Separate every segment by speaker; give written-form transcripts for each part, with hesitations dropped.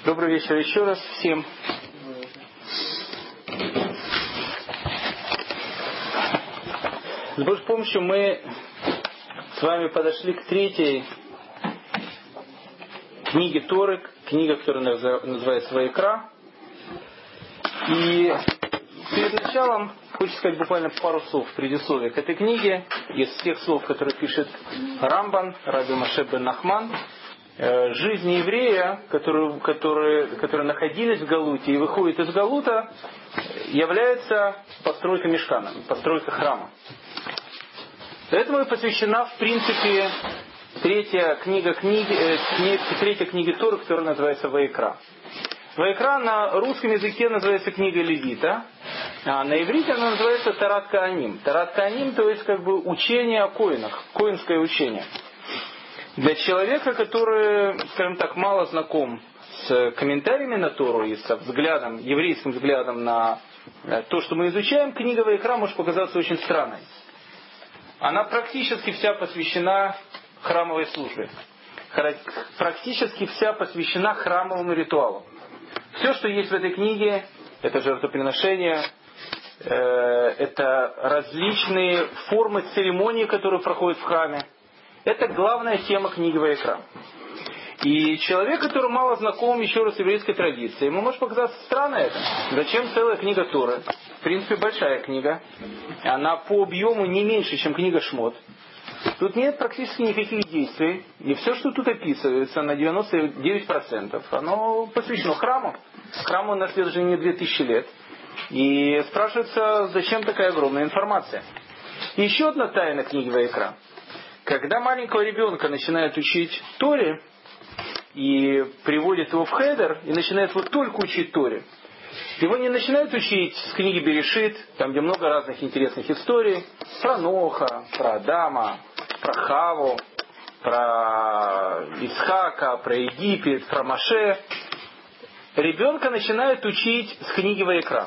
Speaker 1: Добрый вечер еще раз всем. С Божьей помощью мы с вами подошли к третьей книге Торы, книга, которая называется «Ваикра». И перед началом хочу сказать буквально пару слов в предисловии к этой книге. Из тех слов, которые пишет Рамбан, Раби Моше бен Нахман. Жизнь еврея, которые находились в Галуте и выходят из Галута, является постройкой мишкана, постройкой храма. Поэтому и посвящена, в принципе, третья книга Торы, которая называется «Ваикра». «Ваикра» на русском языке называется книга Левита, а на иврите она называется «Тарат Кааним». «Тарат Кааним», то есть как бы учение о коинах, коинское учение. Для человека, который, скажем так, мало знаком с комментариями на Тору и со взглядом, еврейским взглядом на то, что мы изучаем, книга Ваикра может показаться очень странной. Она практически вся посвящена храмовой службе. Практически вся посвящена храмовому ритуалу. Все, что есть в этой книге, это жертвоприношения, это различные формы церемоний, которые проходят в храме. Это главная тема книги Ваикра. И человек, который мало знаком еще раз с еврейской традицией, ему может показаться странно это. Зачем целая книга Торы? В принципе, большая книга. Она по объему не меньше, чем книга Шмот. Тут нет практически никаких действий. И все, что тут описывается, на 99%, оно посвящено храму. Храму на следующие 2000 лет. И спрашивается, зачем такая огромная информация. И еще одна тайна книги Ваикра. Когда маленького ребенка начинают учить Торе, и приводят его в хедер, и начинают его только учить Торе, его не начинают учить с книги Берешит, там где много разных интересных историй, про Ноха, про Адама, про Хаву, про Исхака, про Египет, про Моше. Ребенка начинают учить с книги Ваикра.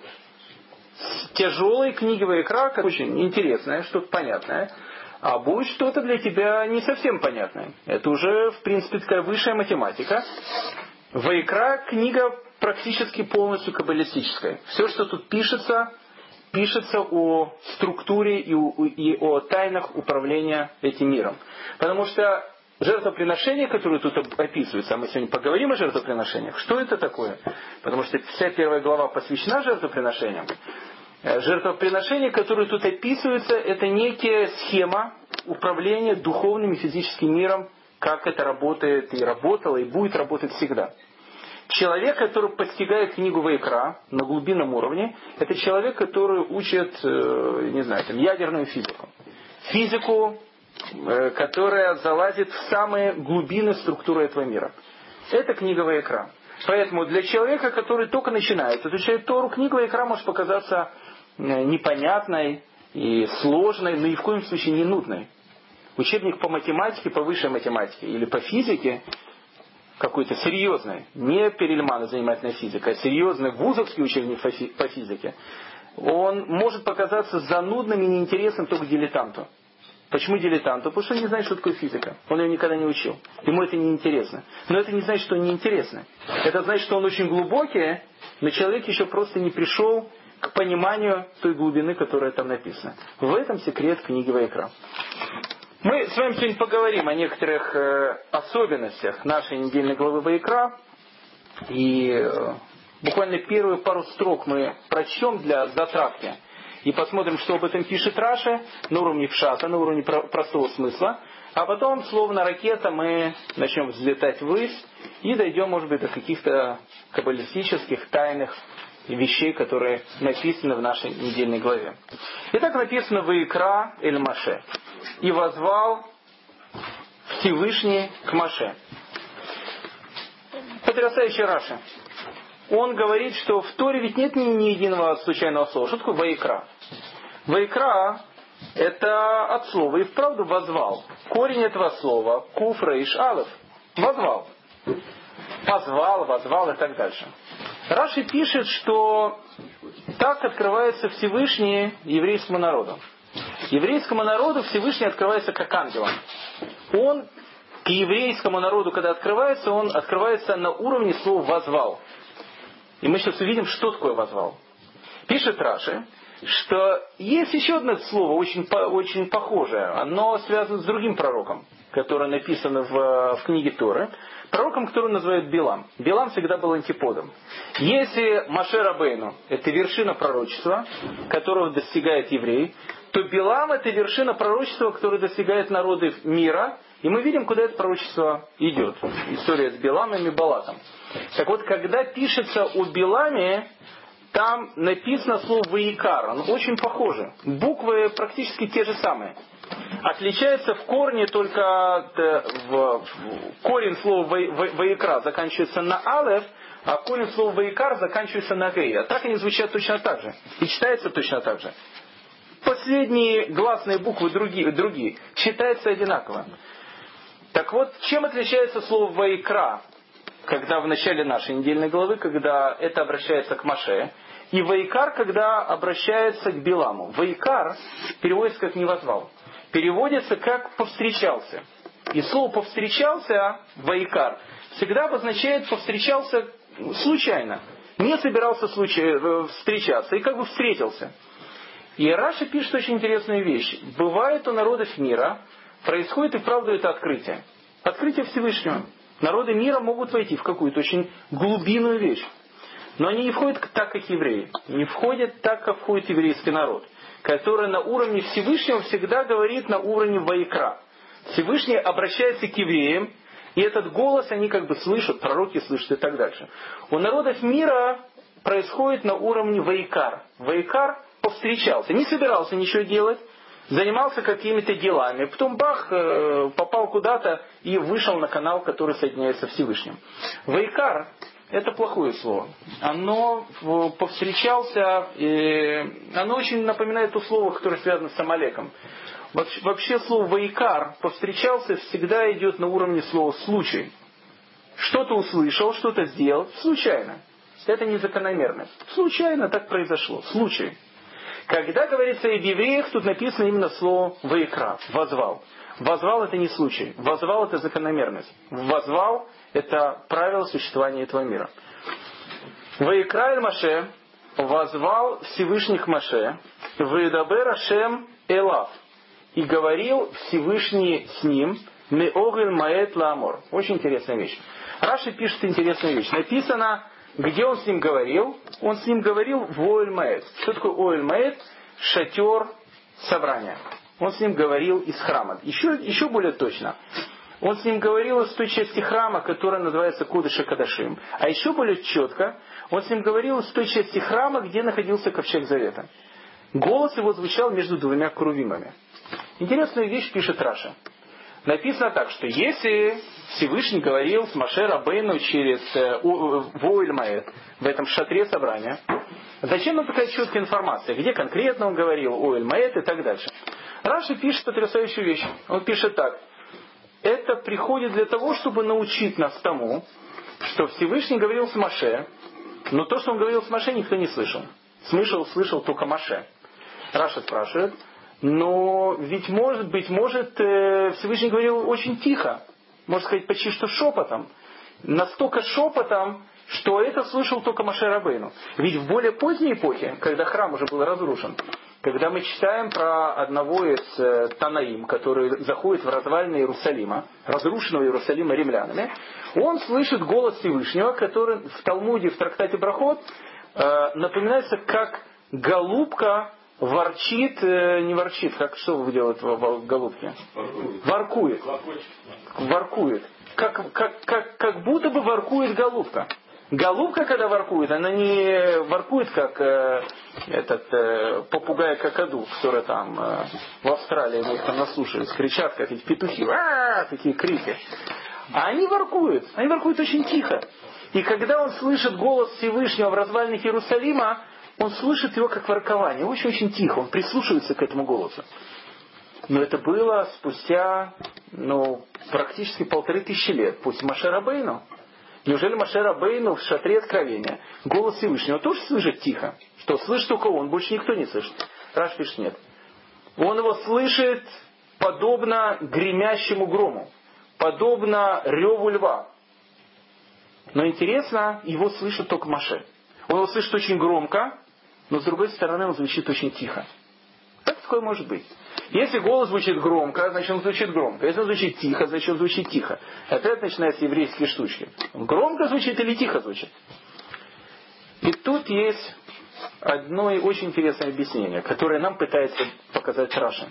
Speaker 1: С тяжелой книги Ваикра, как очень интересная, что-то понятное. А будет что-то для тебя не совсем понятное. Это уже, в принципе, такая высшая математика. Ваикра книга практически полностью каббалистическая. Все, что тут пишется о структуре и о тайнах управления этим миром. Потому что жертвоприношения, которые тут описываются, а мы сегодня поговорим о жертвоприношениях, что это такое? Потому что вся первая глава посвящена жертвоприношениям. Жертвоприношения, которые тут описываются, это некая схема управления духовным и физическим миром, как это работает и работало, и будет работать всегда. Человек, который постигает книгу Ваикра на глубинном уровне, это человек, который учит, ядерную физику. Физику, которая залазит в самые глубины структуры этого мира. Это книга Ваикра. Поэтому для человека, который только начинает изучать Тору, книга Ваикра может показаться непонятной и сложной, но ни в коем случае не нудной. Учебник по математике, по высшей математике или по физике какой-то серьезный, не Перельмана занимательная физика, а серьезный вузовский учебник по физике, он может показаться занудным и неинтересным только дилетанту. Почему дилетанту? Потому что он не знает, что такое физика. Он ее никогда не учил. Ему это не интересно. Но это не значит, что он не интересный. Это значит, что он очень глубокий, но человек еще просто не пришел к пониманию той глубины, которая там написана. В этом секрет книги Ваикра. Мы с вами сегодня поговорим о некоторых особенностях нашей недельной главы Ваикра. И буквально первые пару строк мы прочтем для затравки. И посмотрим, что об этом пишет Раши на уровне пшата, на уровне простого смысла. А потом, словно ракета, мы начнем взлетать ввысь и дойдем, может быть, до каких-то каббалистических, тайных вещей, которые написаны в нашей недельной главе. Итак, написано «Ваикра эль Моше». «И возвал Всевышний к Моше». Потрясающий Раши. Он говорит, что в Торе ведь нет ни единого случайного слова. Что такое «Ваикра»? «Ваикра» — это от слова и вправду «возвал». Корень этого слова — «куф рейш алеф». «Возвал». «Позвал», «возвал» и так дальше. Раши пишет, что так открывается Всевышний еврейскому народу. Еврейскому народу Всевышний открывается как ангелом. Он к еврейскому народу, когда открывается, он открывается на уровне слова «возвал». И мы сейчас увидим, что такое «возвал». Пишет Раши, что есть еще одно слово, очень похожее. Оно связано с другим пророком, которое написано в книге Торы. Пророком, которого называют Билам. Билам всегда был антиподом. Если Моше Рабейну – это вершина пророчества, которого достигает еврей, то Билам – это вершина пророчества, которое достигает народы мира. И мы видим, куда это пророчество идет. История с Биламом и Балаком. Так вот, когда пишется о Биламе, там написано слово «ваикар». Оно очень похоже. Буквы практически те же самые. Отличается в корне только корень слова «ваикра» заканчивается на «алеф», а корень слова «ваикар» заканчивается на «гей». А так они звучат точно так же. И читается точно так же. Последние гласные буквы другие. Читается одинаково. Так вот, чем отличается слово «ваикра», когда в начале нашей недельной главы, когда это обращается к Моше, и «ваикар», когда обращается к Биламу. «Ваикар» переводится как «не возвал». Переводится как «повстречался». И слово «повстречался», «ваикар», всегда обозначает «повстречался» случайно. Не собирался встречаться и как бы встретился. И Раши пишет очень интересную вещь. Бывает у народов мира, происходит и вправду это открытие. Открытие Всевышнего. Народы мира могут войти в какую-то очень глубинную вещь. Но они не входят так, как евреи. Не входят так, как входит еврейский народ. Который на уровне Всевышнего всегда говорит на уровне ваикра. Всевышний обращается к евреям. И этот голос они как бы слышат, пророки слышат и так дальше. У народов мира происходит на уровне ваикар. Ваикар повстречался. Не собирался ничего делать. Занимался какими-то делами. Потом бах, попал куда-то и вышел на канал, который соединяется с Всевышним. Ваикар — это плохое слово. Оно повстречался, оно очень напоминает то слово, которое связано с Амалеком. Вообще слово «ваикар» повстречался всегда идет на уровне слова «случай». Что-то услышал, что-то сделал случайно. Это не закономерность. Случайно так произошло. Случай. Когда говорится о евреях, тут написано именно слово «ваикра», «возвал». «Возвал» — это не случай. «Возвал» — это закономерность. «Возвал» — это правило существования этого мира. «Ваикра эль Моше» — «возвал Всевышний к Моше», «ваидабер Ашем элав» — «и говорил Всевышний с ним», «меогель маэт ламор». Очень интересная вещь. Раши пишет интересную вещь. Написано, где он с ним говорил? Он с ним говорил в Оэль-Маэд. Что такое Оэль-Маэд? Шатер собрания. Он с ним говорил из храма. Еще более точно. Он с ним говорил из той части храма, которая называется Кодеш а-Кодашим. А еще более четко, он с ним говорил из той части храма, где находился ковчег Завета. Голос его звучал между двумя крувимами. Интересную вещь пишет Раша. Написано так, что если Всевышний говорил с Моше Рабейну через Оэль-Маэд, в этом шатре собрания, зачем нам такая четкая информация? Где конкретно он говорил Оэль-Маэд и так дальше? Раши пишет потрясающую вещь. Он пишет так. Это приходит для того, чтобы научить нас тому, что Всевышний говорил с Моше, но то, что он говорил с Моше, никто не слышал. Слышал только Моше. Раши спрашивает, но ведь может Всевышний говорил очень тихо, можно сказать почти что шепотом. Настолько шепотом, что это слышал только Моше Рабейну. Ведь в более поздней эпохе, когда храм уже был разрушен, когда мы читаем про одного из Танаим, который заходит в развалины Иерусалима, разрушенного Иерусалима римлянами, он слышит голос Всевышнего, который в Талмуде, в трактате Брахот, напоминается как голубка ворчит, не ворчит, что делает в голубке? Воркует. Воркует. Как будто бы воркует голубка. Голубка, когда воркует, она не воркует, как попугай-какаду, который там в Австралии, мы их там наслушались, кричат, как эти петухи, такие крики. А они воркуют очень тихо. И когда он слышит голос Всевышнего в развалинах Иерусалима, он слышит его как воркование, очень-очень тихо, он прислушивается к этому голосу. Но это было спустя практически 1500 лет после Моше Рабейну. Неужели Моше Рабейну в шатре откровения голос Всевышнего тоже слышит тихо? Что, слышит только он, больше никто не слышит? Раш пишет, нет. Он его слышит подобно гремящему грому, подобно реву льва. Но интересно, его слышит только Моше. Он его слышит очень громко, но с другой стороны он звучит очень тихо. Как такое может быть? Если голос звучит громко, значит он звучит громко. Если он звучит тихо, значит он звучит тихо. Опять начинаются еврейские штучки. Он громко звучит или тихо звучит? И тут есть одно очень интересное объяснение, которое нам пытается показать Раши.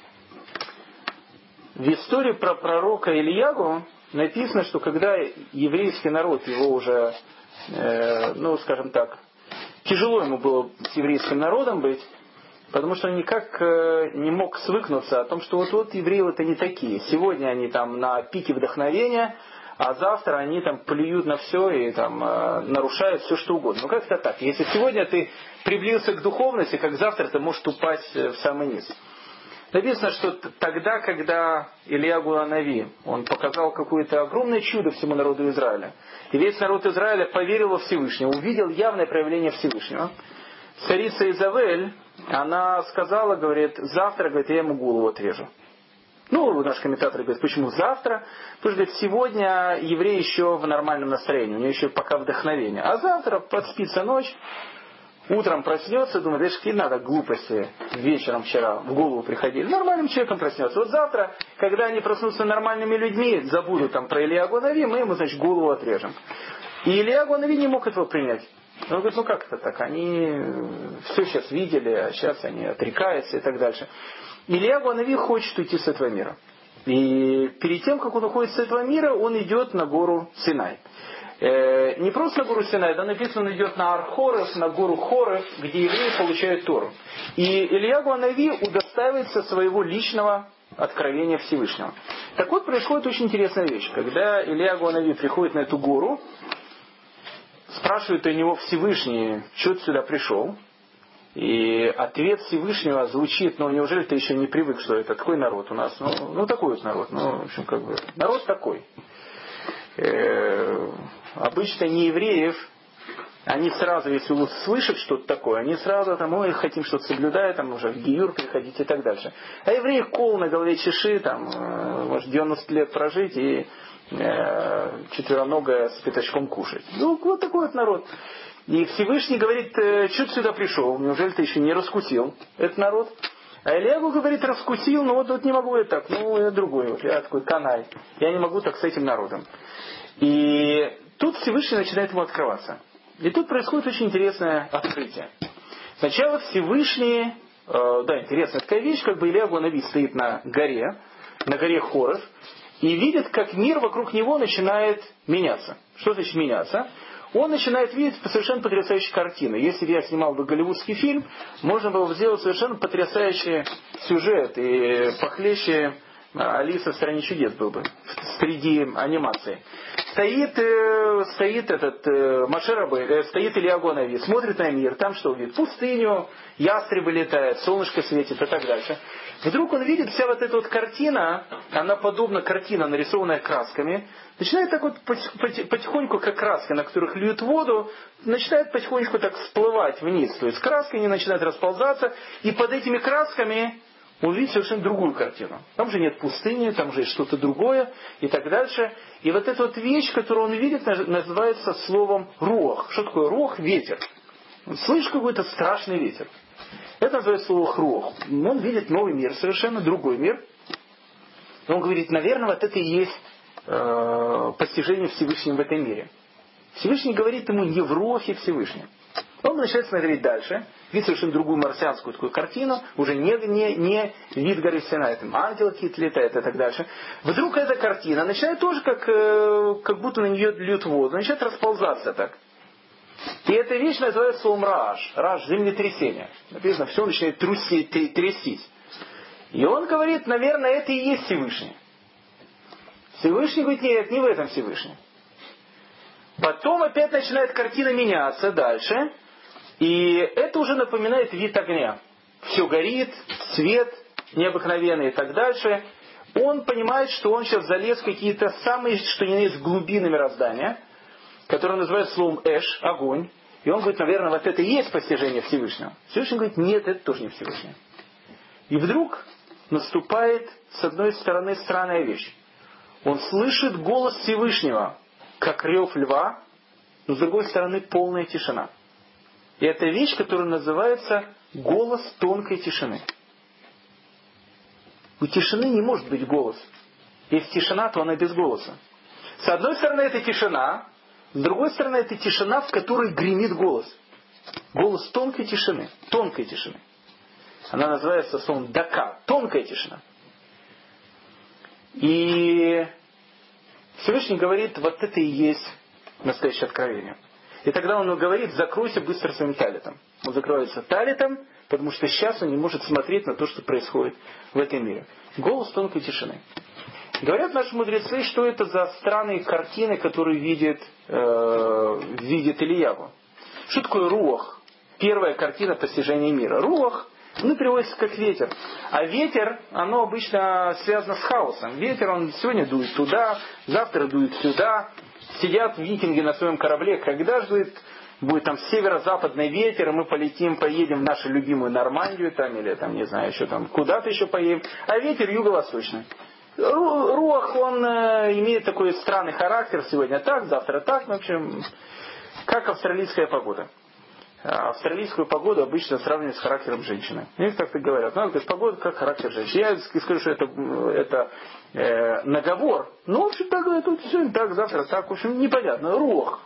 Speaker 1: В истории про пророка Ильягу написано, что когда еврейский народ, его уже, скажем так, тяжело ему было с еврейским народом быть, потому что он никак не мог свыкнуться о том, что вот евреи это не такие. Сегодня они там на пике вдохновения, а завтра они там плюют на все и там нарушают все, что угодно. Ну как-то так. Если сегодня ты приблизился к духовности, как завтра ты можешь упасть в самый низ. Написано, что тогда, когда Ильягу Анави, он показал какое-то огромное чудо всему народу Израиля, и весь народ Израиля поверил во Всевышнего, увидел явное проявление Всевышнего, царица Изавель, она сказала, говорит, завтра, говорит, я ему голову отрежу. Наш комментатор говорит, почему завтра? Потому что, говорит, сегодня еврей еще в нормальном настроении, у него еще пока вдохновение. А завтра подспится ночь, утром проснется, думает, знаешь, какие надо глупости вечером вчера в голову приходили. Нормальным человеком проснется. Вот завтра, когда они проснутся нормальными людьми, забудут там про Ильягу Анави, мы ему, значит, голову отрежем. И Ильягу Анави не мог этого принять. Он говорит, как это так? Они все сейчас видели, а сейчас они отрекаются и так дальше. Ильягу Анави хочет уйти с этого мира. И перед тем, как он уходит с этого мира, он идет на гору Синай. Не просто на гору Синай, да, написано, он идет на Ар-Хорев, на гору Хорев, где евреи получают Тору. И Ильягу Анави удостаивается своего личного откровения Всевышнего. Так вот, происходит очень интересная вещь. Когда Ильягу Анави приходит на эту гору, спрашивает у него Всевышний, что ты сюда пришел? И ответ Всевышнего звучит, неужели ты еще не привык, что это такой народ у нас? Такой вот народ. В общем, народ такой. Обычно неевреев, они сразу, если услышат что-то такое, они сразу хотим что-то соблюдать, уже в Гиюр приходить и так дальше. А евреи кол на голове чеши, может 90 лет прожить и четвероногое с пятачком кушать. Вот такой вот народ. И Всевышний говорит, что ты сюда пришел, неужели ты еще не раскусил этот народ? А Ильягу говорит, раскусил, вот не могу я так, я другой, я такой канай, я не могу так с этим народом. И тут Всевышний начинает ему открываться. И тут происходит очень интересное открытие. Сначала Всевышний, интересная такая вещь, Ильягу Анави стоит на горе Хорев, и видит, как мир вокруг него начинает меняться. Что значит меняться? Он начинает видеть совершенно потрясающие картины. Если бы я снимал бы голливудский фильм, можно было бы сделать совершенно потрясающий сюжет и похлеще Алиса в стране чудес был бы среди анимации. Стоит Моше Рабейну, стоит Ильягу Анави, смотрит на мир, там что видит? Пустыню, ястребы летают, солнышко светит и так дальше. Вдруг он видит, вся вот эта вот картина, она подобна картина, нарисованная красками, начинает так вот потихоньку, как краски, на которых льют воду, начинает потихонечку так всплывать вниз. То есть краски не начинают расползаться, и под этими красками он видит совершенно другую картину. Там же нет пустыни, там же есть что-то другое и так дальше. И вот эта вот вещь, которую он видит, называется словом руах. Что такое руах? Ветер. Он слышит какой-то страшный ветер. Это называется слово руах. Он видит новый мир, совершенно другой мир. И он говорит, наверное, вот это и есть постижение Всевышнего в этом мире. Всевышний говорит ему не в руахе Всевышнем. Он начинает смотреть дальше, видит совершенно другую марсианскую такую картину, уже не вид горы Синай, там ангелы какие-то летают и так дальше. Вдруг эта картина начинает тоже, как будто на нее льют воду, начинает расползаться так. И эта вещь называется словом Рааш. Рааш – землетрясение. Написано, все начинает трястись. И он говорит, наверное, это и есть Всевышний. Всевышний говорит, нет, не в этом Всевышний. Потом опять начинает картина меняться дальше. И это уже напоминает вид огня. Все горит, свет необыкновенный и так дальше. Он понимает, что он сейчас залез в какие-то самые, что ни на есть, глубины мироздания, которые называют словом Эш, огонь. И он говорит, наверное, вот это и есть постижение Всевышнего. Всевышний говорит, нет, это тоже не И вдруг наступает, с одной стороны, странная вещь. Он слышит голос Всевышнего, как рев льва, но с другой стороны полная тишина. И это вещь, которая называется голос тонкой тишины. У тишины не может быть голос. Если тишина, то она без голоса. С одной стороны это тишина, с другой стороны это тишина, в которой гремит голос. Голос тонкой тишины. Тонкой тишины. Она называется словом дака. Тонкая тишина. И Всевышний говорит, вот это и есть настоящее откровение. И тогда он говорит, закройся быстро своим талитом. Он закроется талитом, потому что сейчас он не может смотреть на то, что происходит в этом мире. Голос тонкой тишины. Говорят наши мудрецы, что это за странные картины, которые видит Ильяву. Что такое руах? Первая картина постижения мира. Руах, переводится как ветер. А ветер, оно обычно связано с хаосом. Ветер, он сегодня дует туда, завтра дует сюда. Сидят викинги на своем корабле, когда же будет там северо-западный ветер, и мы поедем в нашу любимую Нормандию, там, или там, не знаю, еще там, куда-то еще поедем. А ветер юго-восточный. Руах, он имеет такой странный характер. Сегодня так, завтра так. В общем, как австралийская погода. Австралийскую погоду обычно сравнивают с характером женщины. Мне так-то говорят. Погода как характер женщины. Я скажу, что это наговор. В общем, так, тут сегодня так, завтра так. В общем, непонятно. Руах.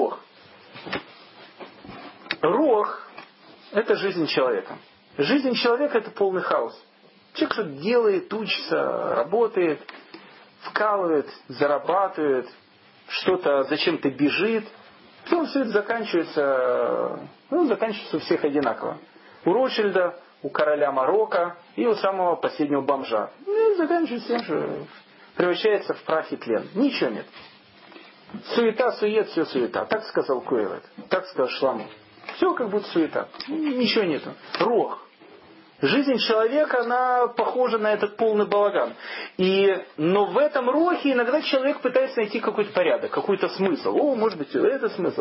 Speaker 1: Руах – это жизнь человека. Жизнь человека – это полный хаос. Человек что-то делает, учится, работает, вкалывает, зарабатывает, что-то зачем-то бежит. Потом все это заканчивается у всех одинаково. У Ротшильда, у короля Марокко и у самого последнего бомжа. И заканчивается тем, что превращается в прах и тлен. Ничего нет. Суета, сует, все суета. Так сказал Коэлет, так сказал Шламу. Все как будто суета. Ничего нету. Руах. Жизнь человека, она похожа на этот полный балаган. Но в этом рохе иногда человек пытается найти какой-то порядок, какой-то смысл. Может быть, это смысл.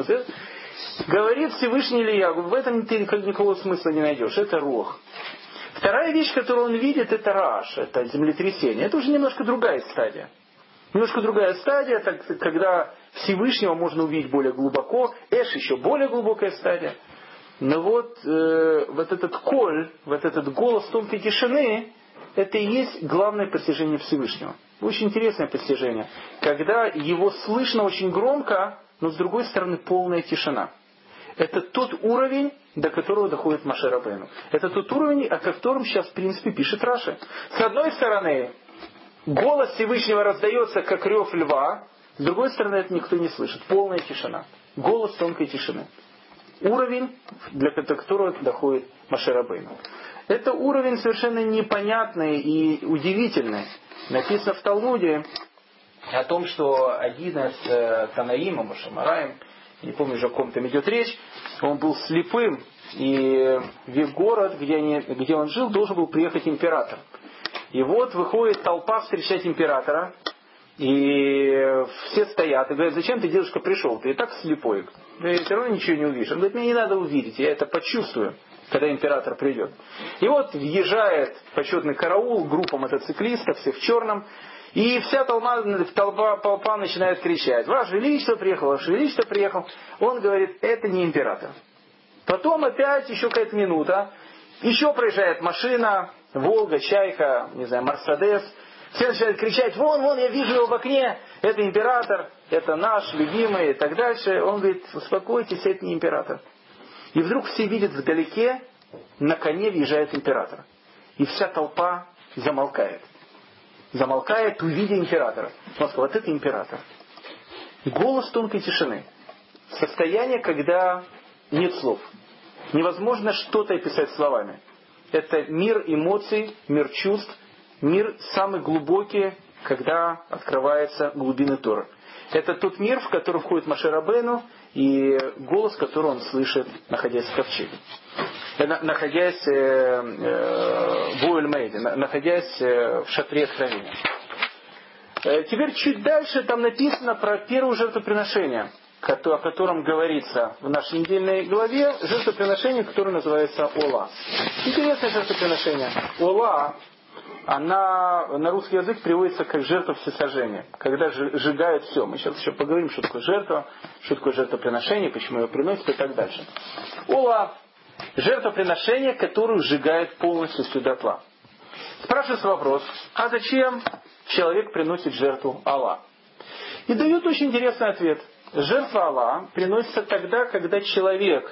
Speaker 1: Говорит Всевышний Ильяву, в этом ты никакого смысла не найдешь. Это рох. Вторая вещь, которую он видит, это раш, это землетрясение. Это уже немножко другая стадия. Это когда Всевышнего можно увидеть более глубоко. Эш еще более глубокая стадия. Но вот этот коль, вот этот голос тонкой тишины, это и есть главное постижение Всевышнего. Очень интересное постижение. Когда его слышно очень громко, но с другой стороны полная тишина. Это тот уровень, до которого доходит Моше Рабейну. Это тот уровень, о котором сейчас в принципе пишет Раши. С одной стороны, голос Всевышнего раздается как рев льва, с другой стороны, это никто не слышит. Полная тишина. Голос тонкой тишины. Уровень, до которого доходит Моше Рабейну. Это уровень совершенно непонятный и удивительный. Написано в Талмуде о том, что один из Танаим, Мошамараим, не помню уже о ком там идет речь, он был слепым, и в город, где он жил, должен был приехать император. И вот выходит толпа встречать императора, и все стоят и говорят, зачем ты, дедушка, пришел? Ты и так слепой. Ты все равно ничего не увидишь. Он говорит, мне не надо увидеть, я это почувствую, когда император придет. И вот въезжает почетный караул, группа мотоциклистов, все в черном, и вся толпа начинает кричать, Ваше Величество приехал, Ваше Величество приехал. Он говорит, это не император. Потом опять еще какая-то минута, еще проезжает машина, Волга, Чайка, не знаю, Мерседес. Все начинают кричать, вон, я вижу его в окне, это император, это наш любимый и так дальше. Он говорит, успокойтесь, это не император. И вдруг все видят вдалеке, на коне въезжает император. И вся толпа замолкает. Замолкает, увидя императора. Он сказал, вот это император. Голос тонкой тишины. Состояние, когда нет слов. Невозможно что-то описать словами. Это мир эмоций, мир чувств, мир самый глубокий, когда открываются глубины Торы. Это тот мир, в который входит Моше Рабейну, и голос, который он слышит, находясь в ковчеге. Находясь в Оэль-Мейде, находясь в шатре откровения. Теперь чуть дальше там написано про первое жертвоприношение, о котором говорится в нашей недельной главе, жертвоприношение, которое называется Ола. Интересное жертвоприношение. Ола она на русский язык переводится как жертва всесожжения, когда сжигают все. Мы сейчас еще поговорим, что такое жертва, что такое жертвоприношение, почему ее приносят и так дальше. Ола – жертвоприношение, которое сжигает полностью все дотла. Спрашивается вопрос, а зачем человек приносит жертву Аллах? И дают очень интересный ответ. Жертва Аллах приносится тогда, когда человек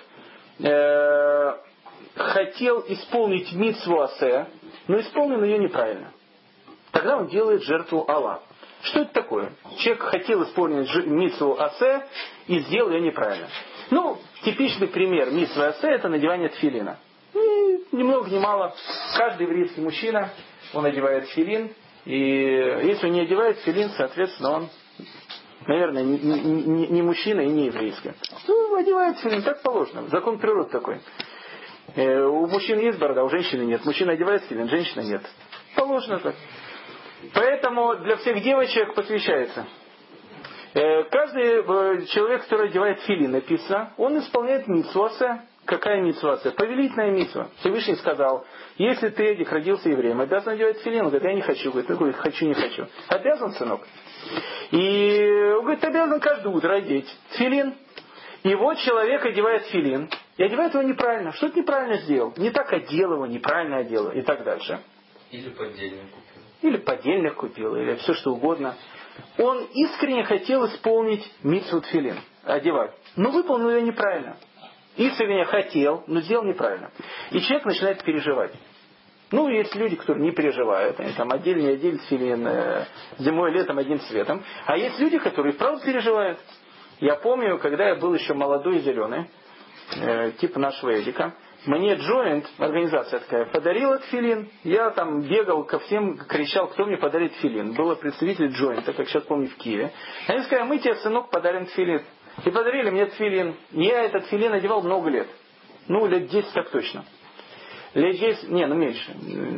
Speaker 1: хотел исполнить мицву асе, но исполнил ее неправильно. Тогда он делает жертву Аллах. Что это такое? Человек хотел исполнить мицву асе и сделал ее неправильно. Ну, типичный пример мицвы асе – это надевание тфилина. Ни много ни мало. Каждый еврейский мужчина, он одевает тфилин. И если он не одевает тфилин, соответственно, он, наверное, не мужчина и не еврейский. Ну, одевает тфилин, так положено. Закон природы такой. У мужчин есть борода, у женщины нет. Мужчина одевает тфилин, женщина нет. Положено так. Поэтому для всех девочек посвящается. Каждый человек, который одевает тфилин, написано, он исполняет мицву асе. Какая мицва асе? Повелительная мицва. Всевышний сказал, если ты, Эдик, родился евреем, обязан одевать тфилин. Он говорит, я не хочу. Говорит, хочу, не хочу. Обязан, сынок. И он говорит, обязан каждое утро одеть тфилин. И вот человек одевает тфилин. И одевает его неправильно. Что-то неправильно сделал. Не так одел его, неправильно одел. И так дальше.
Speaker 2: Или поддельник купил.
Speaker 1: Или поддельник купил. Или все что угодно. Он искренне хотел исполнить мицву тфилин. Одевать. Но выполнил ее неправильно. Искренне хотел, но сделал неправильно. И человек начинает переживать. Ну, есть люди, которые не переживают. Они там отдельно одели тфилин зимой, летом одним цветом. А есть люди, которые правда переживают. Я помню, когда я был еще молодой и зеленый, типа нашего Эдика, мне Joint, организация такая, подарила тфилин. Я там бегал ко всем, кричал, кто мне подарит тфилин. Было представитель Joint, как сейчас помню, в Киеве. Они сказали, мы тебе, сынок, подарим тфилин. И подарили мне тфилин. Я этот тфилин одевал много лет. Ну, лет 10 так точно. Лет 10, меньше.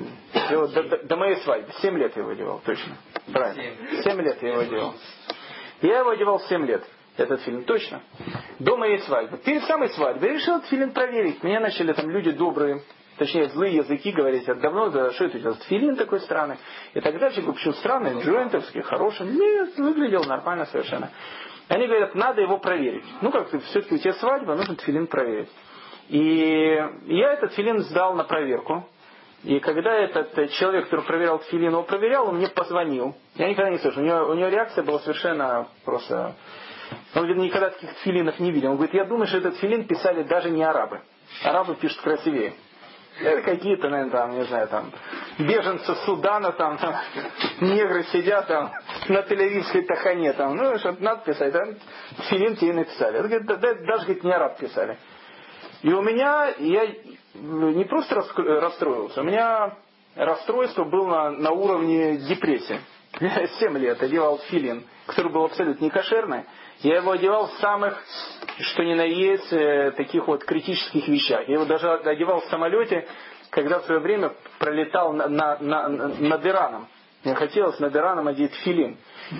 Speaker 1: До моей свадьбы. 7 лет я его одевал, точно. Правильно. 7 лет я его одевал. Я его одевал 7 лет. Этот тфилин, точно. До моей свадьбы. Перед самой свадьбой я решил этот тфилин проверить. Меня начали там люди добрые, точнее злые языки говорить. Это давно, да, что это тфилин такой странный. И так дальше. Я говорю, почему странный, джойнтовский, хороший. Нет, выглядел нормально совершенно. Они говорят, надо его проверить. Ну как, все-таки у тебя свадьба, нужно тфилин проверить. И я этот тфилин сдал на проверку. И когда этот человек, который проверял тфилин, его проверял, он мне позвонил. Я никогда не слышал. У него реакция была совершенно просто... Он, видно, никогда таких тфилинов не видел. Он говорит, я думаю, что этот тфилин писали даже не арабы. Арабы пишут красивее. Это какие-то, наверное, там, не знаю, там, беженцы Судана, там, негры сидят там на тель-авивской тахане, там, ну, что надо писать, там, тфилин тебе написали. Это, говорит, даже, говорит, не араб писали. И у меня, я не просто расстроился, у меня расстройство было на уровне депрессии. Я 7 лет одевал тфилин, который был абсолютно не кошерный. Я его одевал в самых, что ни на есть, таких вот критических вещах. Я его даже одевал в самолете, когда в свое время пролетал над Ираном. Мне хотелось над Ираном одеть тфилин.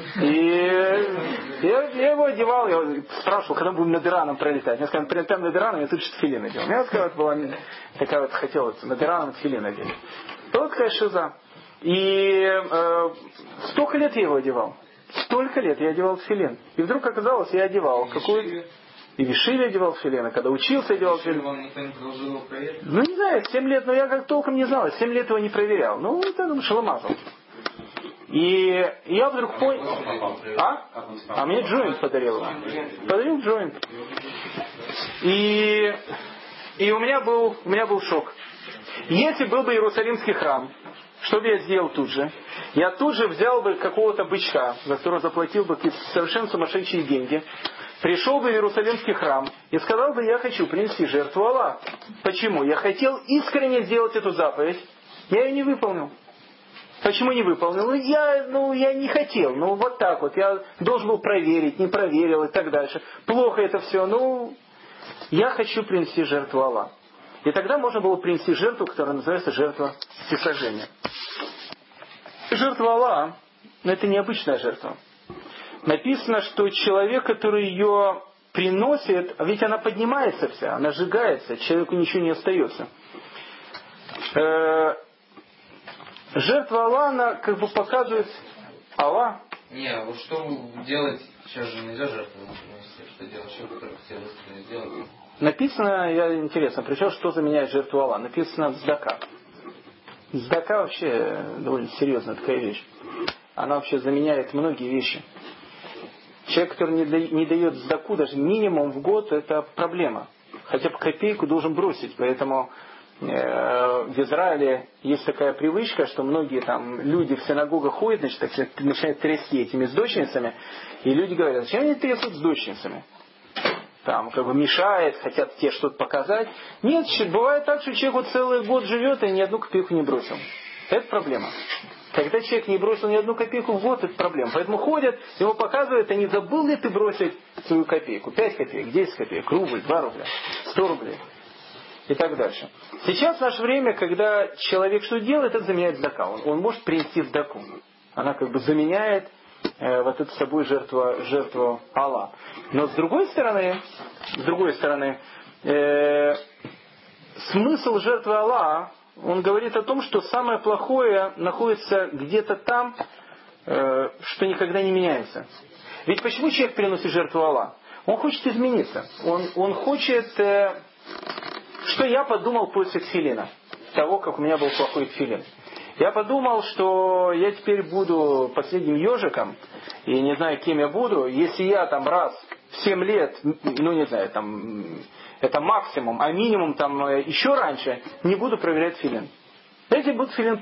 Speaker 1: И я его одевал, я спрашивал, когда будем над Ираном пролетать. Мне сказали, прилетаем над Ираном, я тут же тфилин одел. Мне вот, сказать, была такая вот хотелось над Ираном тфилин одеть. Вот такая шиза. И столько лет я его одевал. Столько лет я одевал тфилин. И вдруг оказалось, я одевал какую-то... И в Ешиве одевал тфилин, и когда учился, одевал тфилин.
Speaker 2: Вам никто не предложил его проверить?
Speaker 1: Ну, не знаю, 7 лет, но я как толком не знал. 7 лет его не проверял. Ну, вот это шеломазал. И я вдруг понял... А мне Joint подарил. Подарил Joint. И у меня был шок. Если был бы Иерусалимский храм, что бы я сделал тут же? Я тут же взял бы какого-то бычка, за которого заплатил бы совершенно сумасшедшие деньги, пришел бы в Иерусалимский храм и сказал бы, я хочу принести жертву Аллаху. Почему? Я хотел искренне сделать эту заповедь, я ее не выполнил. Почему не выполнил? Я не хотел. Ну, вот так вот. Я должен был проверить, не проверил и так дальше. Плохо это все. Я хочу принести жертву Аллаху. И тогда можно было принести жертву, которая называется жертва всесожжения. Жертва Аллаха, это необычная жертва. Написано, что человек, который ее приносит, ведь она поднимается вся, она сжигается, человеку ничего не остается. Жертва Аллах, она как бы показывает Аллах.
Speaker 2: Не, вот что делать, сейчас же нельзя жертву принести, что делать человек, который все высказали сделать.
Speaker 1: Написано, интересно, причем что заменяет жертву Аллах? Написано цдака. Цдака вообще довольно серьезная такая вещь. Она вообще заменяет многие вещи. Человек, который не дает цдаку, даже минимум в год, это проблема. Хотя бы копейку должен бросить. Поэтому в Израиле есть такая привычка, что многие там люди в синагогах ходят, начинают трясти этими сдочницами. И люди говорят, зачем они трясут сдочницами? Там как бы мешает, хотят тебе что-то показать. Нет, бывает так, что человек вот целый год живет и ни одну копейку не бросил. Это проблема. Когда человек не бросил ни одну копейку в год, это проблема. Поэтому ходят, ему показывают, а не забыл ли ты бросить свою копейку? 5 копеек, 10 копеек, рубль, 2 рубля, 100 рублей и так дальше. Сейчас в наше время, когда человек что делает, это заменяет цдака. Он может принести цдаку. Она как бы заменяет вот это собой жертву Аллах. Но с другой стороны, смысл жертвы Аллаха, он говорит о том, что самое плохое находится где-то там, что никогда не меняется. Ведь почему человек приносит жертву Аллаху? Он хочет измениться. Он хочет... Что я подумал после тфилина? Того, как у меня был плохой тфилин. Я подумал, что я теперь буду последним ежиком, и не знаю, кем я буду, если я там раз в 7 лет, ну не знаю, там, это максимум, а минимум там еще раньше, не буду проверять тфилин. Я буду тфилин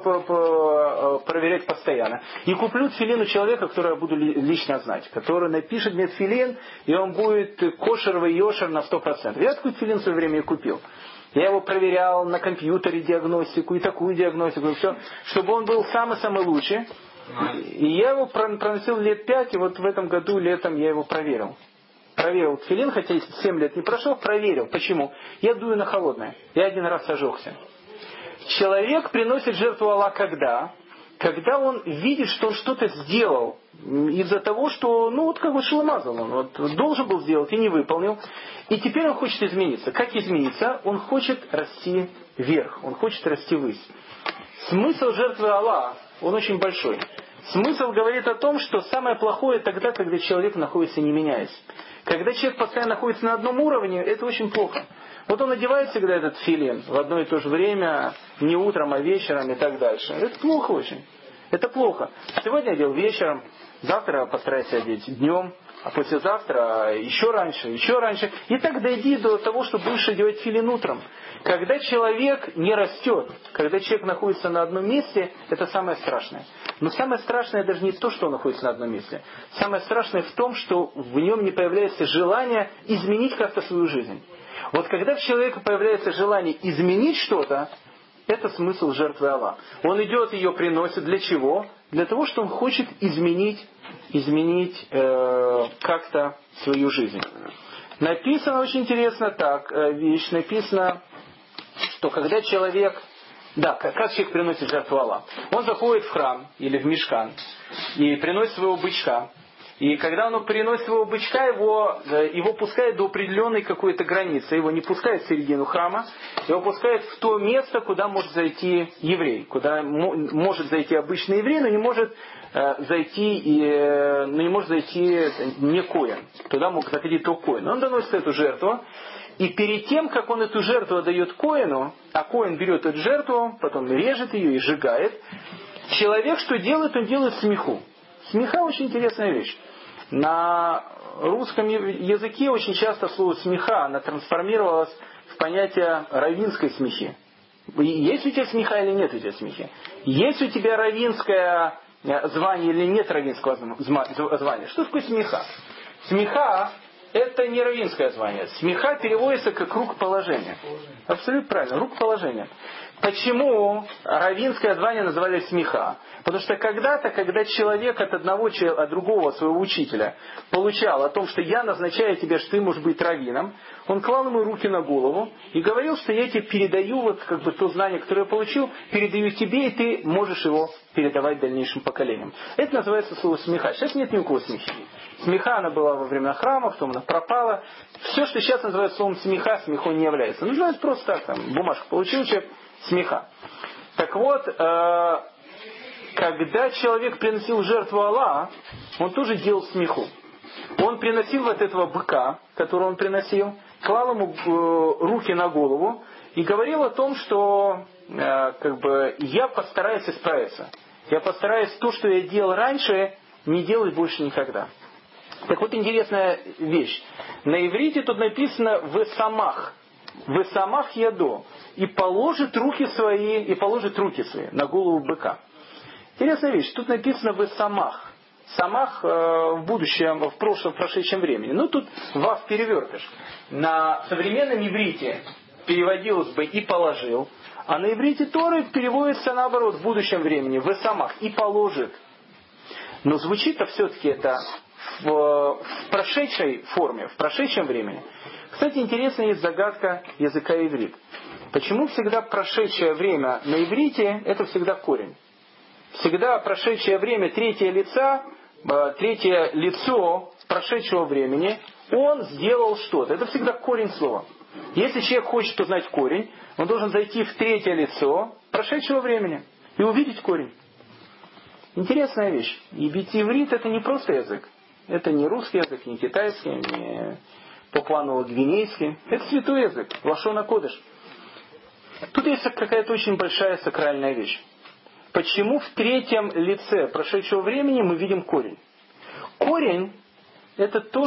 Speaker 1: проверять постоянно. И куплю тфилин у человека, которого я буду лично знать, который напишет мне тфилин, и он будет кошеровый йошер на 100%. Я такой тфилин в свое время и купил. Я его проверял на компьютере диагностику и такую диагностику, и все, чтобы он был самый-самый лучший. И я его проносил лет 5, и вот в этом году летом я его проверил. Проверил тфилин, хотя 7 лет не прошло, проверил. Почему? Я дую на холодное. Я один раз ожегся. Человек приносит жертву Аллаху когда он видит, что он что-то сделал из-за того, что, ну вот как бы шеломазал он, вот, должен был сделать и не выполнил. И теперь он хочет измениться. Как измениться? Он хочет расти вверх, он хочет расти ввысь. Смысл жертвы Аллаха, он очень большой. Смысл говорит о том, что самое плохое тогда, когда человек находится не меняясь. Когда человек постоянно находится на одном уровне, это очень плохо. Вот он одевает всегда этот филин в одно и то же время, не утром, а вечером и так дальше. Это плохо очень. Это плохо. Сегодня одел вечером, завтра постарайся одеть днем, а послезавтра еще раньше. И так дойди до того, что будешь одевать филин утром. Когда человек не растет, когда человек находится на одном месте, это самое страшное. Но самое страшное даже не то, что он находится на одном месте. Самое страшное в том, что в нем не появляется желание изменить как-то свою жизнь. Вот когда в человеке появляется желание изменить что-то, это смысл жертвы Аллаха. Он идет, ее приносит. Для чего? Для того, что он хочет изменить как-то свою жизнь. Написано очень интересно так, вещь написана, что когда человек... Да, как человек приносит жертву Аллаху? Он заходит в храм или в мишкан и приносит своего бычка. И когда он приносит своего бычка, его пускают до определенной какой-то границы. Его не пускают в середину храма, его пускают в то место, куда может зайти еврей. Куда может зайти обычный еврей, но не может зайти не коэн. Туда мог заходить только коэн. Он доносит эту жертву. И перед тем, как он эту жертву отдает коэну, а коэн берет эту жертву, потом режет ее и сжигает, человек что делает? Он делает смеху. Смеха очень интересная вещь. На русском языке очень часто слово смеха, она трансформировалась в понятие раввинской смехи. Есть у тебя смеха или нет у тебя смехи? Есть у тебя раввинское звание или нет раввинского звания? Что такое смеха? Смеха — это не раввинское звание. Смеха переводится как рукоположение. Абсолютно правильно, рукоположение. Почему раввинское звание называли смеха? Потому что когда-то, когда человек от другого своего учителя получал о том, что я назначаю тебе, что ты можешь быть раввином, он клал ему руки на голову и говорил, что я тебе передаю вот как бы то знание, которое я получил, передаю тебе, и ты можешь его передавать дальнейшим поколениям. Это называется слово смеха. Сейчас нет ни у кого смехи. Смеха она была во времена храма, потом она пропала. Все, что сейчас называется словом смеха, смехом не является. Называется просто так, там, бумажку получил человек, смеха. Так вот, когда человек приносил жертву Аллах, он тоже делал смеху. Он приносил вот этого быка, который он приносил, клал ему руки на голову и говорил о том, что я постараюсь исправиться. Я постараюсь то, что я делал раньше, не делать больше никогда. Так вот интересная вещь. На иврите тут написано «весамах». «Весамах ядо». И положит руки свои на голову быка. Интересная вещь. Тут написано «весамах». Самах в будущем, в прошлом, в прошедшем времени. Ну тут вав перевертыш. На современном иврите переводилось бы «и положил», а на иврите Торы переводится наоборот в будущем времени «весамах» и положит. Но звучит-то все-таки это в прошедшей форме, в прошедшем времени. Кстати, интересная есть загадка языка иврит. Почему всегда прошедшее время на иврите это всегда корень? Всегда прошедшее время третье лицо прошедшего времени, он сделал что-то. Это всегда корень слова. Если человек хочет узнать корень, он должен зайти в третье лицо прошедшего времени и увидеть корень. Интересная вещь. И ведь иврит это не просто язык. Это не русский язык, не китайский, не папуано-гвинейский. Это святой язык, лашон а-кодеш. Тут есть какая-то очень большая сакральная вещь. Почему в третьем лице прошедшего времени мы видим корень? Корень это то,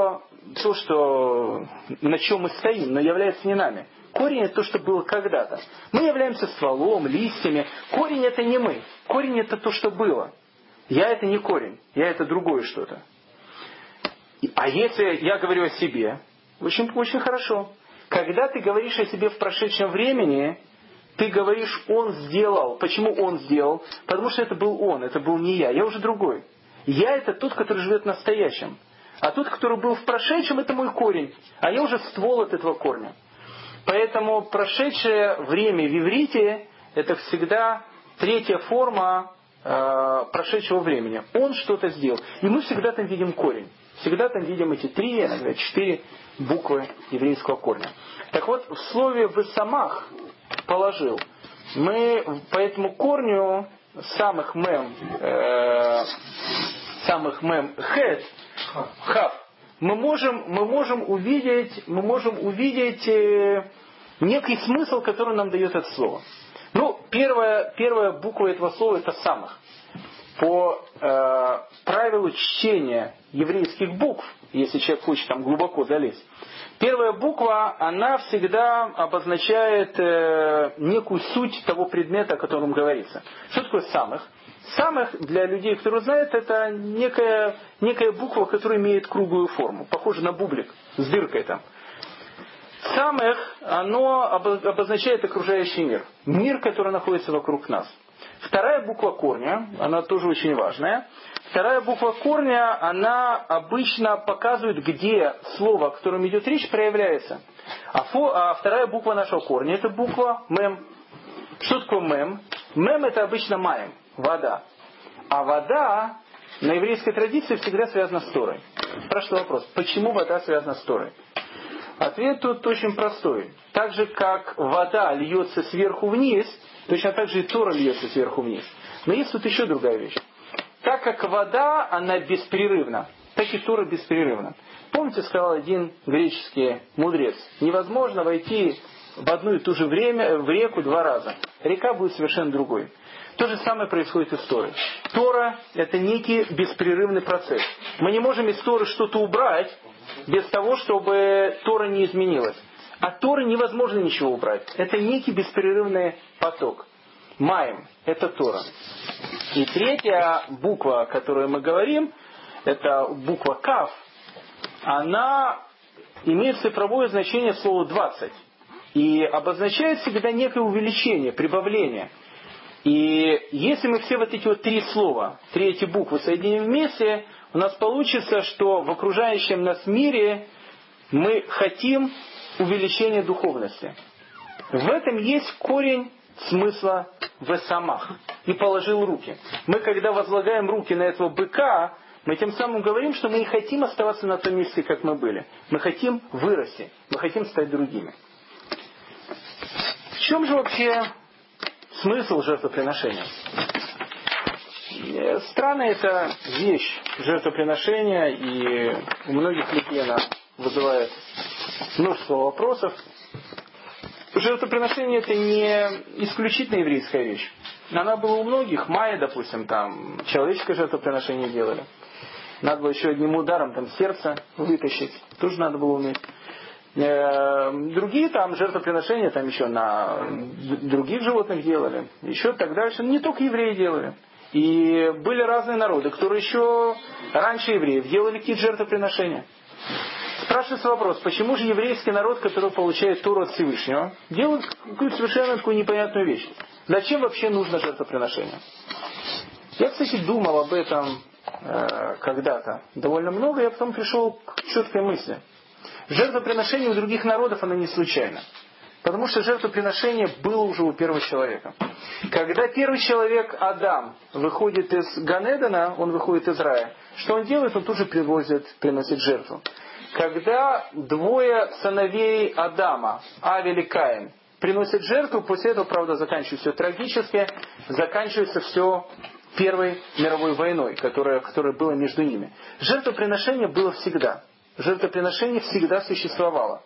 Speaker 1: на чем мы стоим, но является не нами. Корень это то, что было когда-то. Мы являемся стволом, листьями. Корень это не мы. Корень это то, что было. Я это не корень. Я это другое что-то. А если я говорю о себе, очень, очень хорошо. Когда ты говоришь о себе в прошедшем времени, ты говоришь, он сделал. Почему он сделал? Потому что это был он, это был не я. Я уже другой. Я это тот, который живет в настоящем. А тот, который был в прошедшем, это мой корень. А я уже ствол от этого корня. Поэтому прошедшее время в иврите это всегда третья форма прошедшего времени. Он что-то сделал. И мы всегда там видим корень. Всегда там видим эти 3, иногда 4 буквы еврейского корня. Так вот, в слове «весамах» положил. Мы по этому корню самых мем хет, хав, мы можем увидеть некий смысл, который нам дает это слово. Ну, первая буква этого слова это самых. По правилу чтения еврейских букв, если человек хочет там глубоко залезть, первая буква, она всегда обозначает некую суть того предмета, о котором говорится. Что такое самых? Самых, для людей, которые знают, это некая буква, которая имеет круглую форму, похожа на бублик с дыркой там. Самых, оно обозначает окружающий мир. Мир, который находится вокруг нас. Вторая буква корня, она тоже очень важная. Вторая буква корня, она обычно показывает, где слово, о котором идет речь, проявляется. А вторая буква нашего корня, это буква мем. Что такое мем? Мем это обычно маем, вода. А вода на еврейской традиции всегда связана с Торой. Спрашиваю вопрос, почему вода связана с Торой? Ответ тут очень простой. Так же, как вода льется сверху вниз, точно так же и Тора льется сверху вниз. Но есть тут еще другая вещь. Так как вода, она беспрерывна, так и Тора беспрерывна. Помните, сказал один греческий мудрец, невозможно войти в одно и то же время в реку 2 раза. Река будет совершенно другой. То же самое происходит и с Торой. Тора это некий беспрерывный процесс. Мы не можем из Торы что-то убрать без того, чтобы Тора не изменилась. От Торы невозможно ничего убрать. Это некий беспрерывный поток. Маем – это Тора. И третья буква, о которой мы говорим, это буква Кав. Она имеет цифровое значение слова 20. И обозначает всегда некое увеличение, прибавление. И если мы все вот эти вот 3 слова, 3 эти буквы соединим вместе, у нас получится, что в окружающем нас мире мы хотим увеличения духовности. В этом есть корень смысла «весамах». И положил руки. Мы, когда возлагаем руки на этого быка, мы тем самым говорим, что мы не хотим оставаться на том месте, как мы были. Мы хотим вырасти. Мы хотим стать другими. В чем же вообще смысл жертвоприношения? Странная это вещь, жертвоприношения, и у многих людей она вызывает множество вопросов. Жертвоприношение это не исключительно еврейская вещь. Она была у многих. Майя, допустим, там человеческое жертвоприношение делали. Надо было еще одним ударом там сердце вытащить. Тоже надо было уметь. Другие там жертвоприношения там еще на других животных делали. Еще так дальше. Не только евреи делали. И были разные народы, которые еще раньше евреев делали какие-то жертвоприношения. Спрашивается вопрос, почему же еврейский народ, который получает Тору от Всевышнего, делает какую-то совершенно такую непонятную вещь? Зачем вообще нужно жертвоприношение? Я, кстати, думал об этом когда-то довольно много, я потом пришел к четкой мысли. Жертвоприношение у других народов, оно не случайно. Потому что жертвоприношение было уже у первого человека. Когда первый человек, Адам, выходит из Ганедана, он выходит из рая, что он делает? Он тут же приносит жертву. Когда двое сыновей Адама, Авель и Каин, приносят жертву, после этого, правда, заканчивается все трагически, заканчивается все Первой мировой войной, которая была между ними. Жертвоприношение было всегда. Жертвоприношение всегда существовало.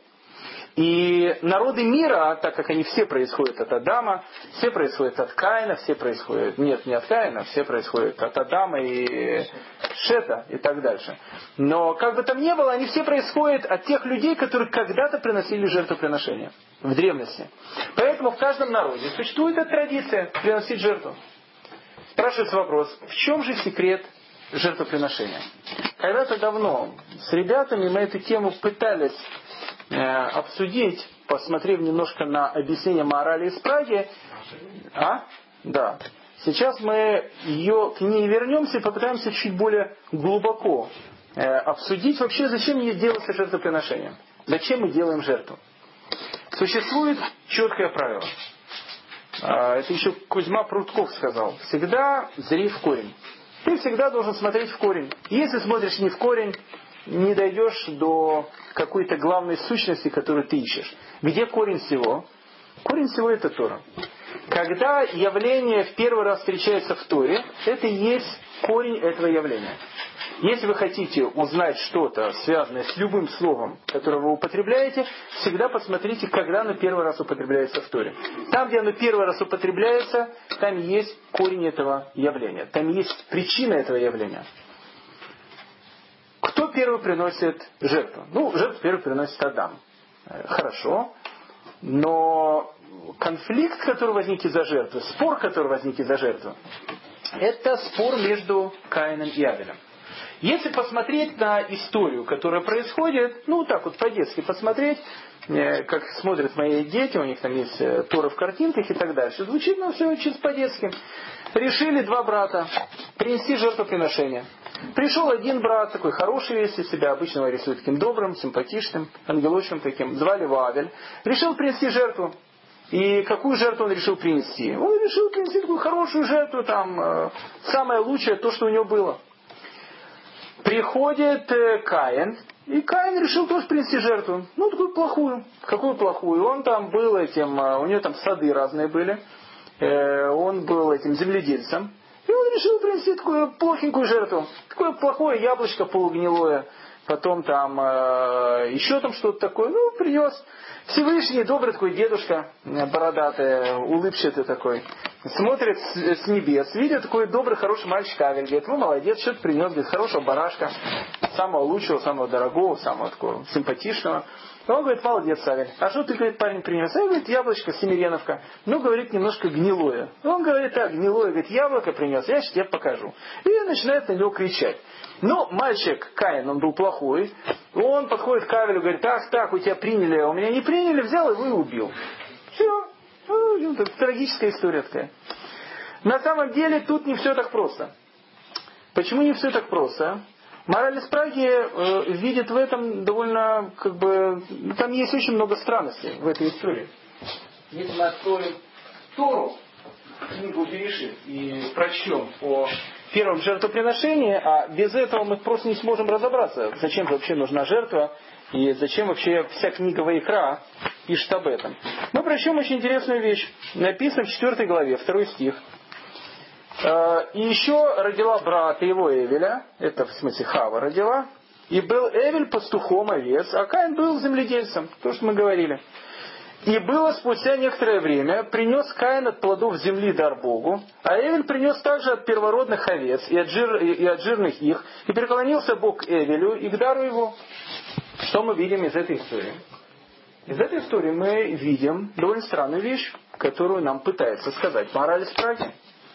Speaker 1: И народы мира, так как они все происходят от Адама, все происходят от Каина, все происходят, нет, не от Каина, все происходят от Адама и Шета и так дальше. Но как бы там ни было, они все происходят от тех людей, которые когда-то приносили жертвоприношения в древности. Поэтому в каждом народе существует эта традиция приносить жертву. Спрашивается вопрос, в чем же секрет жертвоприношения? Когда-то давно с ребятами мы эту тему пытались обсудить, посмотрев немножко на объяснение Маорали из Праги. Да. Сейчас мы к ней вернемся и попытаемся чуть более глубоко обсудить вообще, зачем ей делается жертвоприношение. Зачем мы делаем жертву. Существует четкое правило. Это еще Кузьма Прутков сказал. Всегда зри в корень. Ты всегда должен смотреть в корень. Если смотришь не в корень, не дойдешь до какой-то главной сущности, которую ты ищешь. Где корень всего? Корень всего это Тора. Когда явление в первый раз встречается в Торе, это и есть корень этого явления. Если вы хотите узнать что-то, связанное с любым словом, которое вы употребляете, всегда посмотрите, когда оно первый раз употребляется в Торе. Там, где оно первый раз употребляется, там есть корень этого явления. Там есть причина этого явления. Кто первый приносит жертву? Жертву первый приносит Адам. Хорошо. Но конфликт, который возник из-за жертвы, спор, который возник из-за жертвы, это спор между Каином и Авелем. Если посмотреть на историю, которая происходит, так вот по-детски посмотреть, как смотрят мои дети, у них там есть Тора в картинках и так дальше, звучит все очень по-детски. Решили два брата принести жертвоприношение. Пришел один брат, такой хороший весь из себя, обычно его рисуют таким добрым, симпатичным, ангелочным таким, звали его Авель. Решил принести жертву. И какую жертву он решил принести? Он решил принести такую хорошую жертву, самое лучшее, то, что у него было. Приходит Каин, и Каин решил тоже принести жертву. Такую плохую. Какую плохую? Он там был у него там сады разные были. Он был этим земледельцем. И он решил принести такую плохенькую жертву. Такое плохое яблочко полугнилое. Потом там еще там что-то такое. Принес. Всевышний, добрый такой дедушка, бородатый, улыбчатый такой. Смотрит с небес, видит такой добрый, хороший мальчик Авель. Говорит, молодец, что-то принес, говорит, хорошего барашка. Самого лучшего, самого дорогого, самого такого симпатичного. Он говорит, молодец, Авель. А что ты, говорит, парень принес? Говорит, яблочко, семиреновка. Говорит, немножко гнилое. Он говорит, гнилое, говорит, яблоко принес, я сейчас тебе покажу. И начинает на него кричать. Мальчик Каин, он был плохой. Он подходит к Авелю, говорит, так, у тебя приняли, а у меня не приняли, взял его и убил. Все. Трагическая история такая. На самом деле тут не все так просто. Почему не все так просто? Маораль из Праги видит в этом довольно, там есть очень много странностей в этой истории. Если мы откроем Тору, книгу Берешит, и прочтем о первом жертвоприношении, а без этого мы просто не сможем разобраться, зачем вообще нужна жертва И зачем вообще вся книга Ваикра пишет об этом? Мы прочтем очень интересную вещь. Написано в 4 главе, 2 стих. «И еще родила брата его Эвеля», это в смысле Хава родила, «и был Эвель пастухом овец, а Каин был земледельцем», то, что мы говорили. «И было спустя некоторое время, принес Каин от плодов земли дар Богу, а Эвель принес также от первородных овец и от жирных их, и преклонился Бог к Эвелю и к дару его». Что мы видим из этой истории? Из этой истории мы видим довольно странную вещь, которую нам пытается сказать мораль Спраги.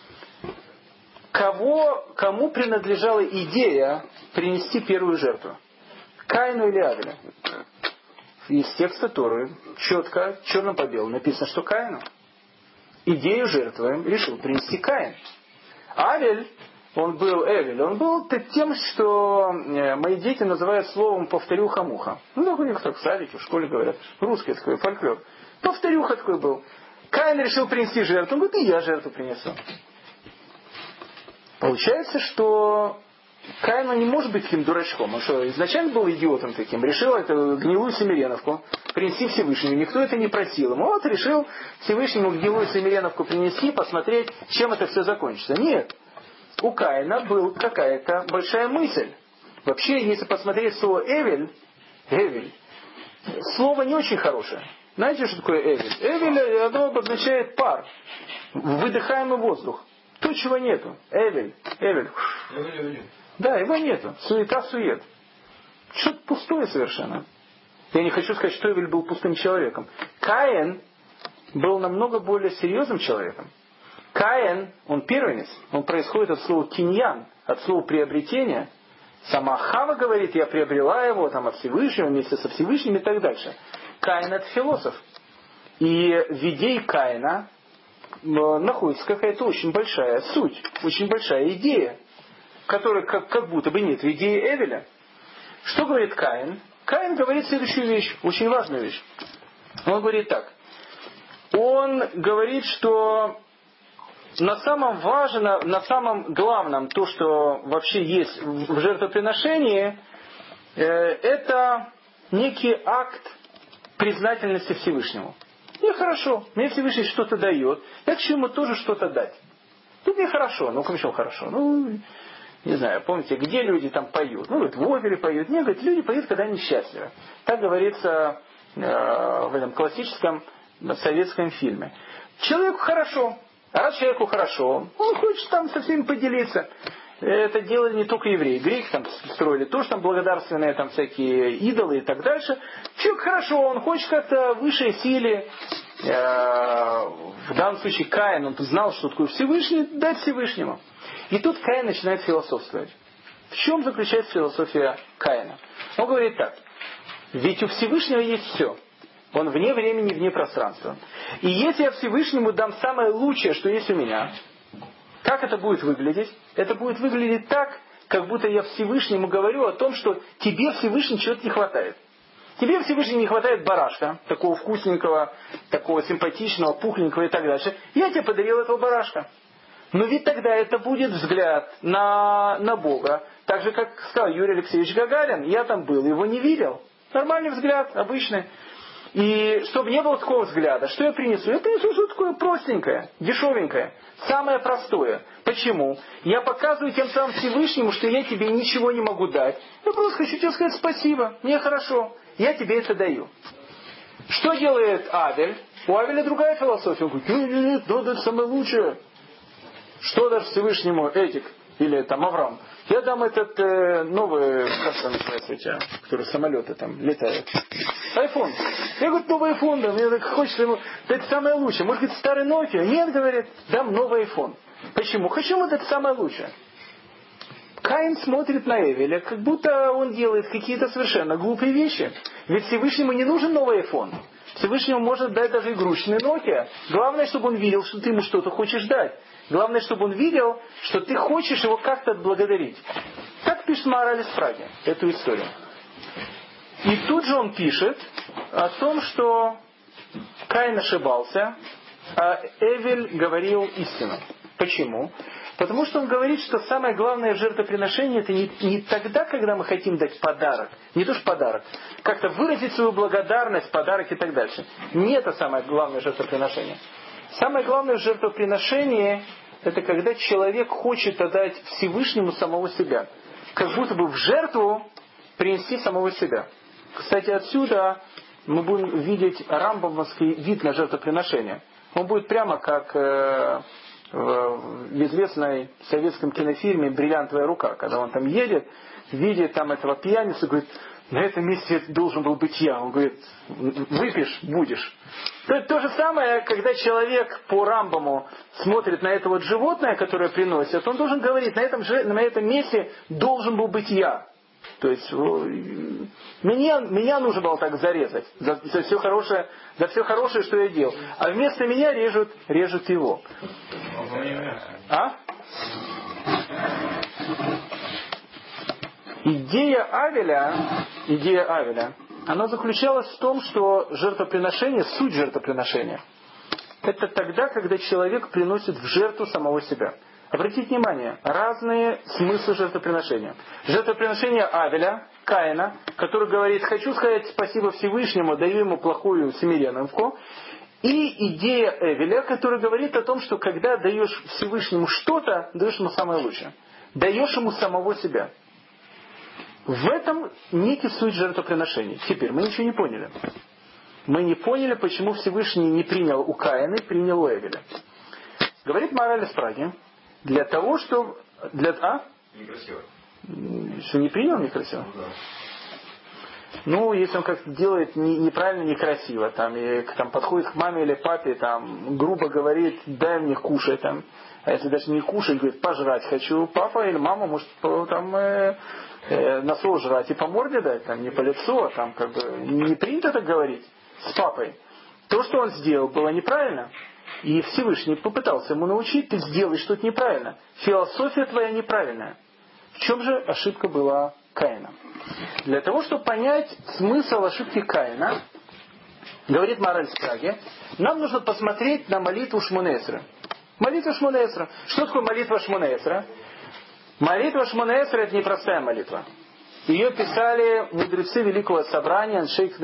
Speaker 1: Кому принадлежала идея принести первую жертву? Каину или Авелю? Из текста Торы четко, черным по белому написано, что Каину. Идею жертвы решил принести Каин. Авель, он был тем, что мои дети называют словом «повторюха-муха». Ну, у них так в садике, в школе говорят. Русский такой фольклор. Повторюха такой был. Каин решил принести жертву. Он говорит, и я жертву принесу. Получается, что Каин не может быть таким дурачком. Он что, изначально был идиотом таким. Решил эту гнилую семиреновку принести Всевышнему. Никто это не просил ему. Вот решил Всевышнему гнилую семиреновку принести, посмотреть, чем это все закончится. Нет. У Каина была какая-то большая мысль. Вообще, если посмотреть слово Эвель, слово не очень хорошее. Знаете, что такое Эвель? Эвель, оно обозначает пар. Выдыхаемый воздух. То, чего нету. Эвель. Да, его нету. Суета-сует. Что-то пустое совершенно. Я не хочу сказать, что Эвель был пустым человеком. Каин был намного более серьезным человеком. Каин, он первенец. Он происходит от слова киньян, от слова приобретения. Сама Хава говорит, я приобрела его там, от Всевышнего, вместе со Всевышним и так дальше. Каин это философ. И в идее Каина находится какая-то очень большая суть, очень большая идея, которой как будто бы нет в идее Эвеля. Что говорит Каин? Каин говорит следующую вещь, очень важную вещь. Он говорит так. Он говорит, что на самом главном, то, что вообще есть в жертвоприношении, это некий акт признательности Всевышнему. Мне хорошо, мне Всевышний что-то дает, я хочу ему тоже что-то дать. Тут мне хорошо, ну почему хорошо? Ну, не знаю, помните, где люди там поют? Ну, в опере поют. Нет, говорит, люди поют, когда они счастливы. Так говорится в этом классическом советском фильме. Человеку хорошо. А раз человеку хорошо, он хочет там со всеми поделиться. Это делали не только евреи. Греки там строили тоже там благодарственные там всякие идолы и так дальше. Человек хорошо, он хочет как-то высшей силе. В данном случае Каин, он знал, что такое Всевышний, дать Всевышнему. И тут Каин начинает философствовать. В чем заключается философия Каина? Он говорит так. Ведь у Всевышнего есть все. Он вне времени, вне пространства. И если я Всевышнему дам самое лучшее, что есть у меня, как это будет выглядеть? Это будет выглядеть так, как будто я Всевышнему говорю о том, что тебе Всевышний чего-то не хватает. Тебе Всевышнему не хватает барашка, такого вкусненького, такого симпатичного, пухленького и так дальше. Я тебе подарил этого барашка. Но ведь тогда это будет взгляд на Бога. Так же, как сказал Юрий Алексеевич Гагарин, я там был, его не видел. Нормальный взгляд, обычный. И чтобы не было такого взгляда, что я принесу? Я принесу что-то такое простенькое, дешевенькое, самое простое. Почему? Я показываю тем самым Всевышнему, что я тебе ничего не могу дать. Я просто хочу тебе сказать спасибо, мне хорошо, я тебе это даю. Что делает Авель? У Авеля другая философия. Он говорит, нет, надо это самое лучшее. Что дашь Всевышнему Этик или там Авраам? Я дам этот новый, как там называется у тебя, который самолеты там летают. Айфон. Я говорю, новый айфон дам. Мне так хочется ему, это самое лучшее. Может быть, старый Nokia? Нет, говорит, дам новый айфон. Почему? Хочу вот это самое лучшее. Каин смотрит на Эвеля, как будто он делает какие-то совершенно глупые вещи. Ведь Всевышнему не нужен новый айфон. Всевышнему может дать даже игрушечный Nokia. Главное, чтобы он видел, что ты ему что-то хочешь дать. Главное, чтобы он видел, что ты хочешь его как-то отблагодарить. Так пишет мораль Спраги эту историю. И тут же он пишет о том, что Каин ошибался, а Эвель говорил истину. Почему? Потому что он говорит, что самое главное жертвоприношение это не тогда, когда мы хотим дать подарок. Не то что подарок. Как-то выразить свою благодарность, подарок и так дальше. Не это самое главное жертвоприношение. Самое главное жертвоприношение это когда человек хочет отдать Всевышнему самого себя. Как будто бы в жертву принести самого себя. Кстати, отсюда мы будем видеть рамбамовский вид на жертвоприношение. Он будет прямо как в известной советском кинофильме «Бриллиантовая рука», когда он там едет, видит там этого пьяницу, говорит, на этом месте должен был быть я. Он говорит, выпьешь, будешь. То же самое, когда человек по Рамбаму смотрит на это вот животное, которое приносит, он должен говорить, на этом месте должен был быть я. То есть меня нужно было так зарезать за все хорошее, что я делал. А вместо меня режут его. А? Идея Авеля, она заключалась в том, что жертвоприношение, суть жертвоприношения, это тогда, когда человек приносит в жертву самого себя. Обратите внимание, разные смыслы жертвоприношения. Жертвоприношение Авеля, Каина, который говорит, хочу сказать спасибо Всевышнему, даю ему плохую семиреновку. И идея Эвеля, которая говорит о том, что когда даешь Всевышнему что-то, даешь ему самое лучшее. Даешь ему самого себя. В этом некий суть жертвоприношений. Теперь, мы ничего не поняли. Мы не поняли, почему Всевышний не принял у Каина, принял у Эвеля. Говорит Маораль из Праги, для того, чтобы...
Speaker 3: Некрасиво.
Speaker 1: Что, не принял, некрасиво?
Speaker 3: Да.
Speaker 1: Ну, если он как-то делает неправильно, некрасиво, там подходит к маме или папе, там, грубо говорит, дай мне кушать, там, а если даже не кушать, говорит, пожрать хочу, папа или мама может там носу жрать и по морде дать, там, не по лицу, а там как бы не принято так говорить с папой. То, что он сделал, было неправильно. И Всевышний попытался ему научить, ты сделай что-то неправильно. Философия твоя неправильная. В чем же ошибка была Каина? Для того, чтобы понять смысл ошибки Каина, говорит Маораль из Праги, нам нужно посмотреть на молитву Шмоне-Эсре. Молитва Шмоне-Эсре. Что такое молитва Шмоне-Эсре? Молитва Шмоне-Эсре это непростая молитва. Ее писали мудрецы Великого Собрания,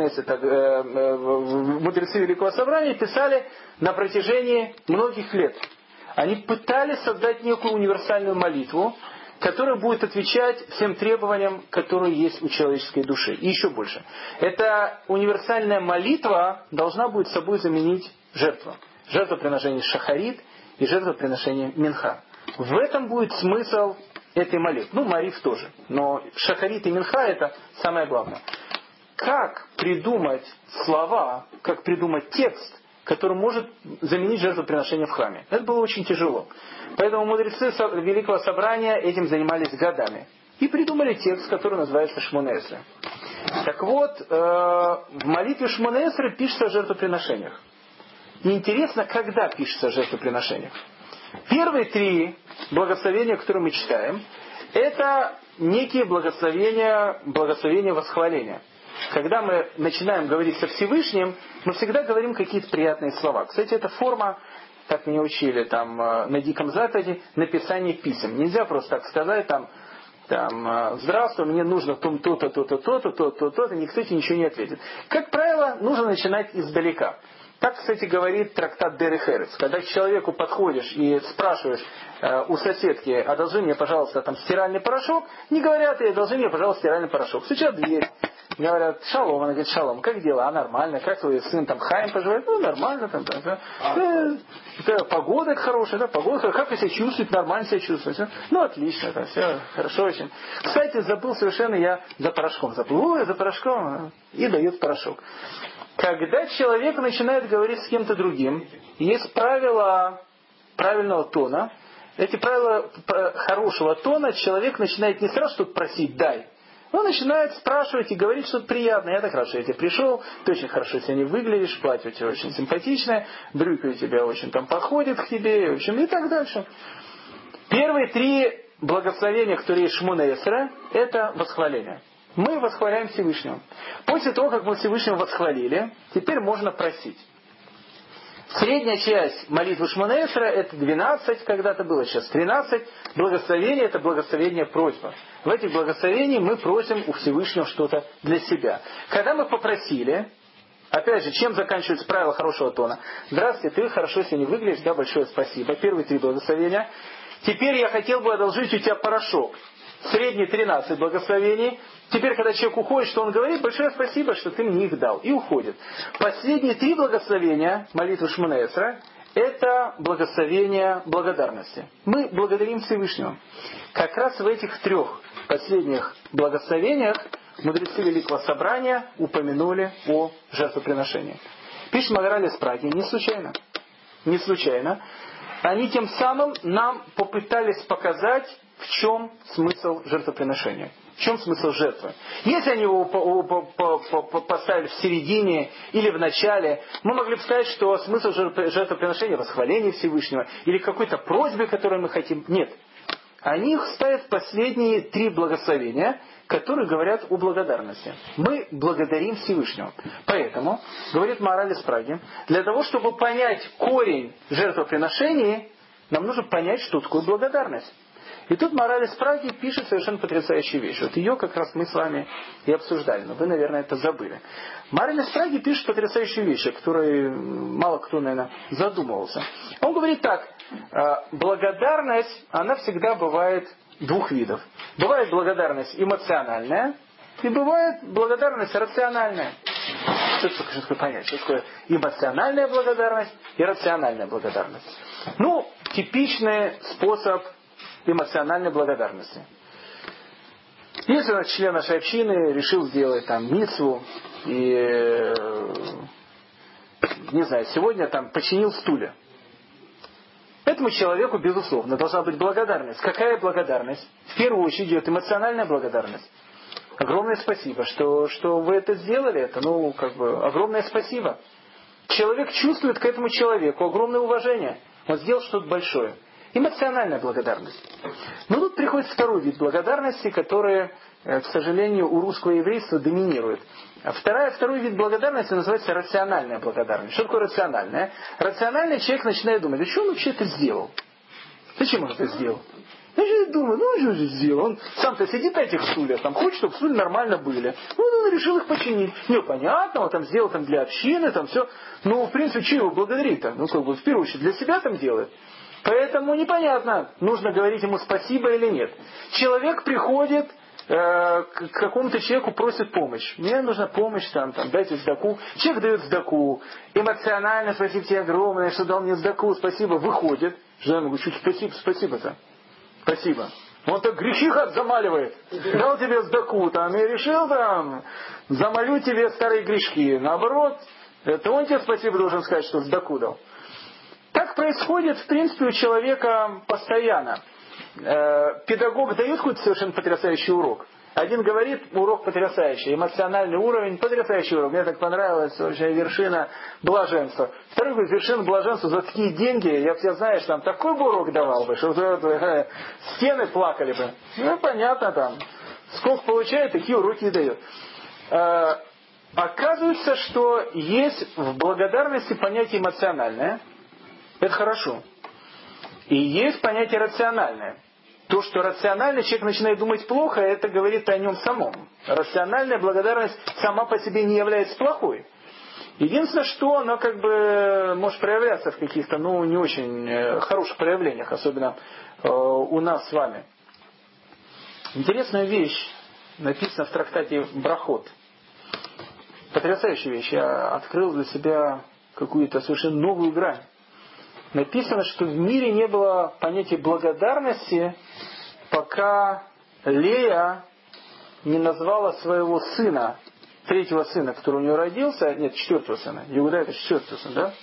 Speaker 1: мудрецы Великого Собрания писали на протяжении многих лет. Они пытались создать некую универсальную молитву, которая будет отвечать всем требованиям, которые есть у человеческой души. И еще больше. Эта универсальная молитва должна будет собой заменить жертву. Жертвоприношение шахарит и жертвоприношение минха. В этом будет смысл этой молитвы. Ну, Маариф тоже. Но шахарит и минха это самое главное. Как придумать слова, как придумать текст, который может заменить жертвоприношение в храме? Это было очень тяжело. Поэтому мудрецы Великого Собрания этим занимались годами. И придумали текст, который называется Шмоне-Эсре. Так вот, в молитве Шмоне-Эсре пишется о жертвоприношениях. И интересно, когда пишется о жертвоприношениях. Первые три благословения, которые мы читаем, это некие благословения восхваления. Когда мы начинаем говорить со Всевышним, мы всегда говорим какие-то приятные слова. Кстати, это форма, как меня учили там, на Диком Западе, написание писем. Нельзя просто так сказать, здравствуй, мне нужно то-то, то-то, то-то, то-то, то-то, никто тебе ничего не ответит. Как правило, нужно начинать издалека. Так, кстати, говорит трактат Дерех Эрец. Когда к человеку подходишь и спрашиваешь у соседки, одолжи мне, пожалуйста, там стиральный порошок, не говорят ей, одолжи мне, пожалуйста, стиральный порошок. Стучат в дверь. Говорят, шалом, она говорит, шалом, как дела? А нормально, как твой сын там Хаим поживает? Ну, нормально там. Погода хорошая, да, погода, как вы себя чувствуете, нормально себя чувствуете? Ну, отлично, там, все хорошо очень. Кстати, забыл совершенно, я за порошком забыл. Ой, за порошком, и дает порошок. Когда человек начинает говорить с кем-то другим, есть правила правильного тона. Эти правила хорошего тона человек начинает не сразу что-то просить «дай». Он начинает спрашивать и говорить что-то приятное. Это хорошо, я тебе пришел, ты очень хорошо сегодня выглядишь, платье у тебя очень симпатичное, брюки у тебя очень там подходят к тебе, в общем, и так дальше. Первые три благословения, которые есть Шмоне-Эсре, это восхваление. Мы восхваляем Всевышнего. После того, как мы Всевышнего восхвалили, теперь можно просить. Средняя часть молитвы Шмона Эсра это 12, когда-то было, сейчас 13. Благословение это благословение просьба. В этих благословениях мы просим у Всевышнего что-то для себя. Когда мы попросили, опять же, чем заканчивается правило хорошего тона? Здравствуйте, ты хорошо сегодня выглядишь, да, большое спасибо. Первые 3 благословения. Теперь я хотел бы одолжить у тебя порошок. Средние 13 благословений. Теперь, когда человек уходит, что он говорит? Большое спасибо, что ты мне их дал. И уходит. Последние 3 благословения молитвы Шмона Эсра это благословение благодарности. Мы благодарим Всевышнего. Как раз в этих 3 последних благословениях мудрецы Великого Собрания упомянули о жертвоприношении. Пишет Магараль из Праги, не случайно. Не случайно. Они тем самым нам попытались показать, в чем смысл жертвоприношения. В чем смысл жертвы? Если они его поставили в середине или в начале, мы могли бы сказать, что смысл жертвоприношения – восхваление Всевышнего или какой-то просьбе, которую мы хотим. Нет. Они их ставят в последние 3 благословения, которые говорят о благодарности. Мы благодарим Всевышнего. Поэтому, говорит Маораль из Праги, для того, чтобы понять корень жертвоприношений, нам нужно понять, что такое благодарность. И тут Маораль из Праги пишет совершенно потрясающую вещь. Вот ее как раз мы с вами и обсуждали, но вы, наверное, это забыли. Маораль из Праги пишет потрясающую вещь, о которой мало кто, наверное, задумывался. Он говорит так: благодарность, она всегда бывает 2 видов. Бывает благодарность эмоциональная и бывает благодарность рациональная. Что такое понять? Что такое эмоциональная благодарность и рациональная благодарность? Ну, типичный способ эмоциональной благодарности. Если член нашей общины решил сделать там мицву и, не знаю, сегодня там починил стулья. Этому человеку, безусловно, должна быть благодарность. Какая благодарность? В первую очередь идет эмоциональная благодарность. Огромное спасибо, что вы это сделали. Это, огромное спасибо. Человек чувствует к этому человеку огромное уважение. Он сделал что-то большое. Эмоциональная благодарность. Но тут приходит 2 вид благодарности, который, к сожалению, у русского еврейства доминирует. Второй вид благодарности называется рациональная благодарность. Что такое рациональная? Рациональный человек начинает думать: а что он вообще это сделал? Зачем он это сделал? Я думаю, что он сделал? Он сам-то сидит на этих стульях, хочет, чтобы стулья нормально были. Он решил их починить. Понятно, он там сделал для общины, все. В принципе, что его благодарить-то? В первую очередь для себя делает. Поэтому непонятно, нужно говорить ему спасибо или нет. Человек приходит к какому-то человеку, просит помощь. Мне нужна помощь, дайте сдаку. Человек дает сдаку. Эмоционально: спасибо тебе огромное, что дал мне сдаку, спасибо. Выходит. Жена ему говорит: спасибо-то. Спасибо. Он так грехи замаливает. Дал тебе сдаку, и решил замолю тебе старые грешки. Наоборот, это он тебе спасибо должен сказать, что сдаку дал. Так происходит, в принципе, у человека постоянно. Педагог дает какой-то совершенно потрясающий урок. Один говорит: урок потрясающий, эмоциональный уровень, потрясающий урок. Мне так понравилось, вообще вершина блаженства. Второй говорит: вершина блаженства за такие деньги, я бы тебе, знаешь, такой бы урок давал бы, что стены плакали бы. Понятно, сколько получает, такие уроки и дает. Оказывается, что есть в благодарности понятие эмоциональное. Это хорошо. И есть понятие рациональное. То, что рациональный человек начинает думать плохо, это говорит о нем самом. Рациональная благодарность сама по себе не является плохой. Единственное, что она может проявляться в каких-то не очень хороших проявлениях, особенно у нас с вами. Интересная вещь написана в трактате Брахот. Потрясающая вещь. Я открыл для себя какую-то совершенно новую грань. Написано, что в мире не было понятия благодарности, пока Лея не назвала своего сына, 3-го сына, который у нее родился, 4-го сына. Иуда — это 4-й сын, да?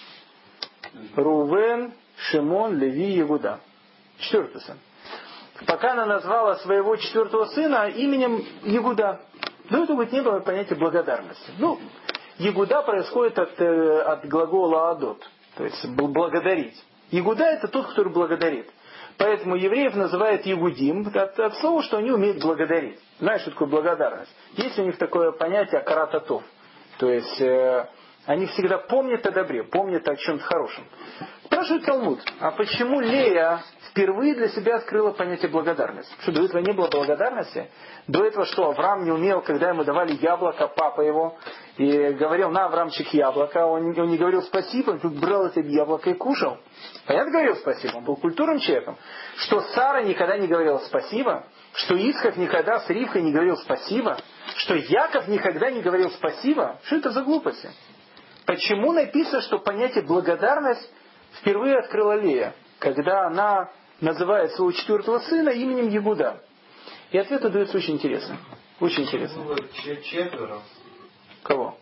Speaker 1: Рувен, Шимон, Леви, Иуда. 4-й сын. Пока она назвала своего 4-го сына именем Иуда. До этого не было понятия благодарности. Иуда происходит от глагола «адот». То есть благодарить. Иуда — это тот, который благодарит. Поэтому евреев называют Иудим от слова, что они умеют благодарить. Знаешь, что такое благодарность? Есть у них такое понятие «карататов». То есть Они всегда помнят о добре, помнят о чем-то хорошем. Спрашивает Талмуд, а почему Лея впервые для себя открыла понятие благодарности? Что до этого не было благодарности? До этого что, Авраам не умел, когда ему давали яблоко, папа его, и говорил, на, Авраамчик, яблоко, он не говорил спасибо, он брал это яблоко и кушал. Понятно, говорил спасибо, он был культурным человеком. Что Сара никогда не говорила спасибо, что Ицхак никогда с Ривкой не говорил спасибо, что Яков никогда не говорил спасибо. Что это за глупости? Почему написано, что понятие благодарность впервые открыла Лея, когда она называет своего 4-го сына именем Егуда? И ответ дается очень интересно. Очень интересно.
Speaker 2: Было 4.
Speaker 1: Кого?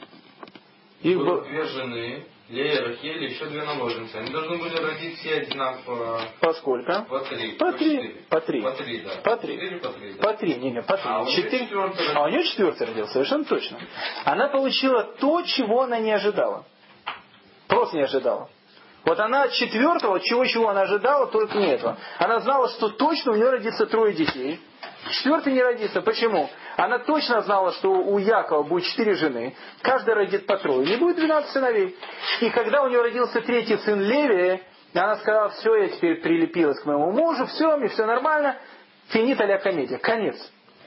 Speaker 2: Их было 2 жены, Лея, Рахель и еще 2 наложницы. Они должны были родить все одинаково.
Speaker 1: По сколько?
Speaker 2: По 3.
Speaker 1: По 3. По 3.
Speaker 2: По 3, да.
Speaker 1: По 3.
Speaker 2: 4 по 3, да.
Speaker 1: По 3. Не, по 3.
Speaker 2: А у нее
Speaker 1: 4 родился, совершенно точно. Она получила то, чего она не ожидала. Просто не ожидала. Вот она от 4-го, чего она ожидала, только не этого. Она знала, что точно у нее родится 3 детей. 4-й не родится. Почему? Она точно знала, что у Якова будет 4 жены. Каждая родит по 3. Не будет 12 сыновей. И когда у нее родился 3-й сын Левия, она сказала, все, я теперь прилепилась к моему мужу, все, мне все нормально. Финит а-ля комедия. Конец.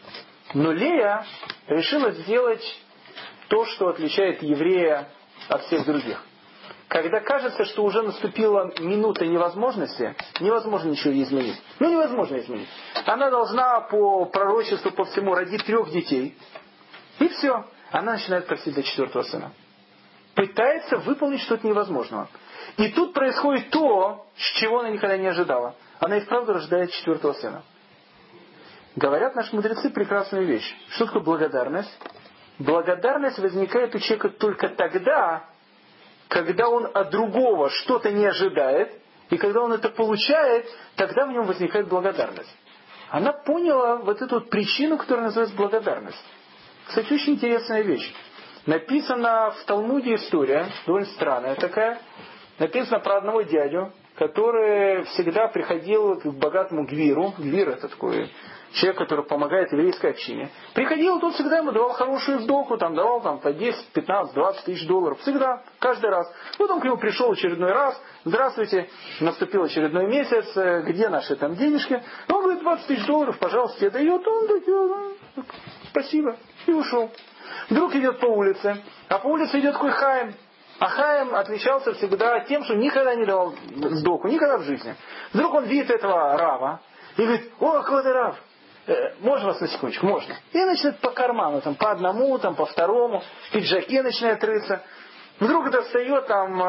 Speaker 1: Но Лея решила сделать то, что отличает еврея от всех других. Когда кажется, что уже наступила минута невозможности, невозможно ничего изменить. Невозможно изменить. Она должна по пророчеству, по всему родить 3 детей. И все. Она начинает просить за 4-го сына. Пытается выполнить что-то невозможного. И тут происходит то, чего она никогда не ожидала. Она и вправду рождает 4-го сына. Говорят наши мудрецы прекрасную вещь. Что такое благодарность? Благодарность возникает у человека только тогда, когда он от другого что-то не ожидает, и когда он это получает, тогда в нем возникает благодарность. Она поняла вот эту вот причину, которая называется благодарность. Кстати, очень интересная вещь. Написана в Талмуде история, довольно странная такая. Написано про одного дядю, который всегда приходил к богатому гвиру. Гвир — это такой человек, который помогает еврейской общине. Приходил, тот всегда ему давал хорошую сдоку, давал по 10, 15, 20 тысяч долларов. Всегда, каждый раз. Потом к нему пришел очередной раз. Здравствуйте, наступил очередной месяц, где наши там денежки? Он говорит, 20 тысяч долларов, пожалуйста, тебе дает. Он такой, спасибо, и ушел. Вдруг идет по улице, а по улице идет такой Хаим. А Хаим отличался всегда тем, что никогда не давал сдоку, никогда в жизни. Вдруг он видит этого Рава и говорит, о, какой ты Рав, можно вас на секундочку? Можно. И начинает по карману, по одному, по второму, в пиджаке начинает рыться. Вдруг достает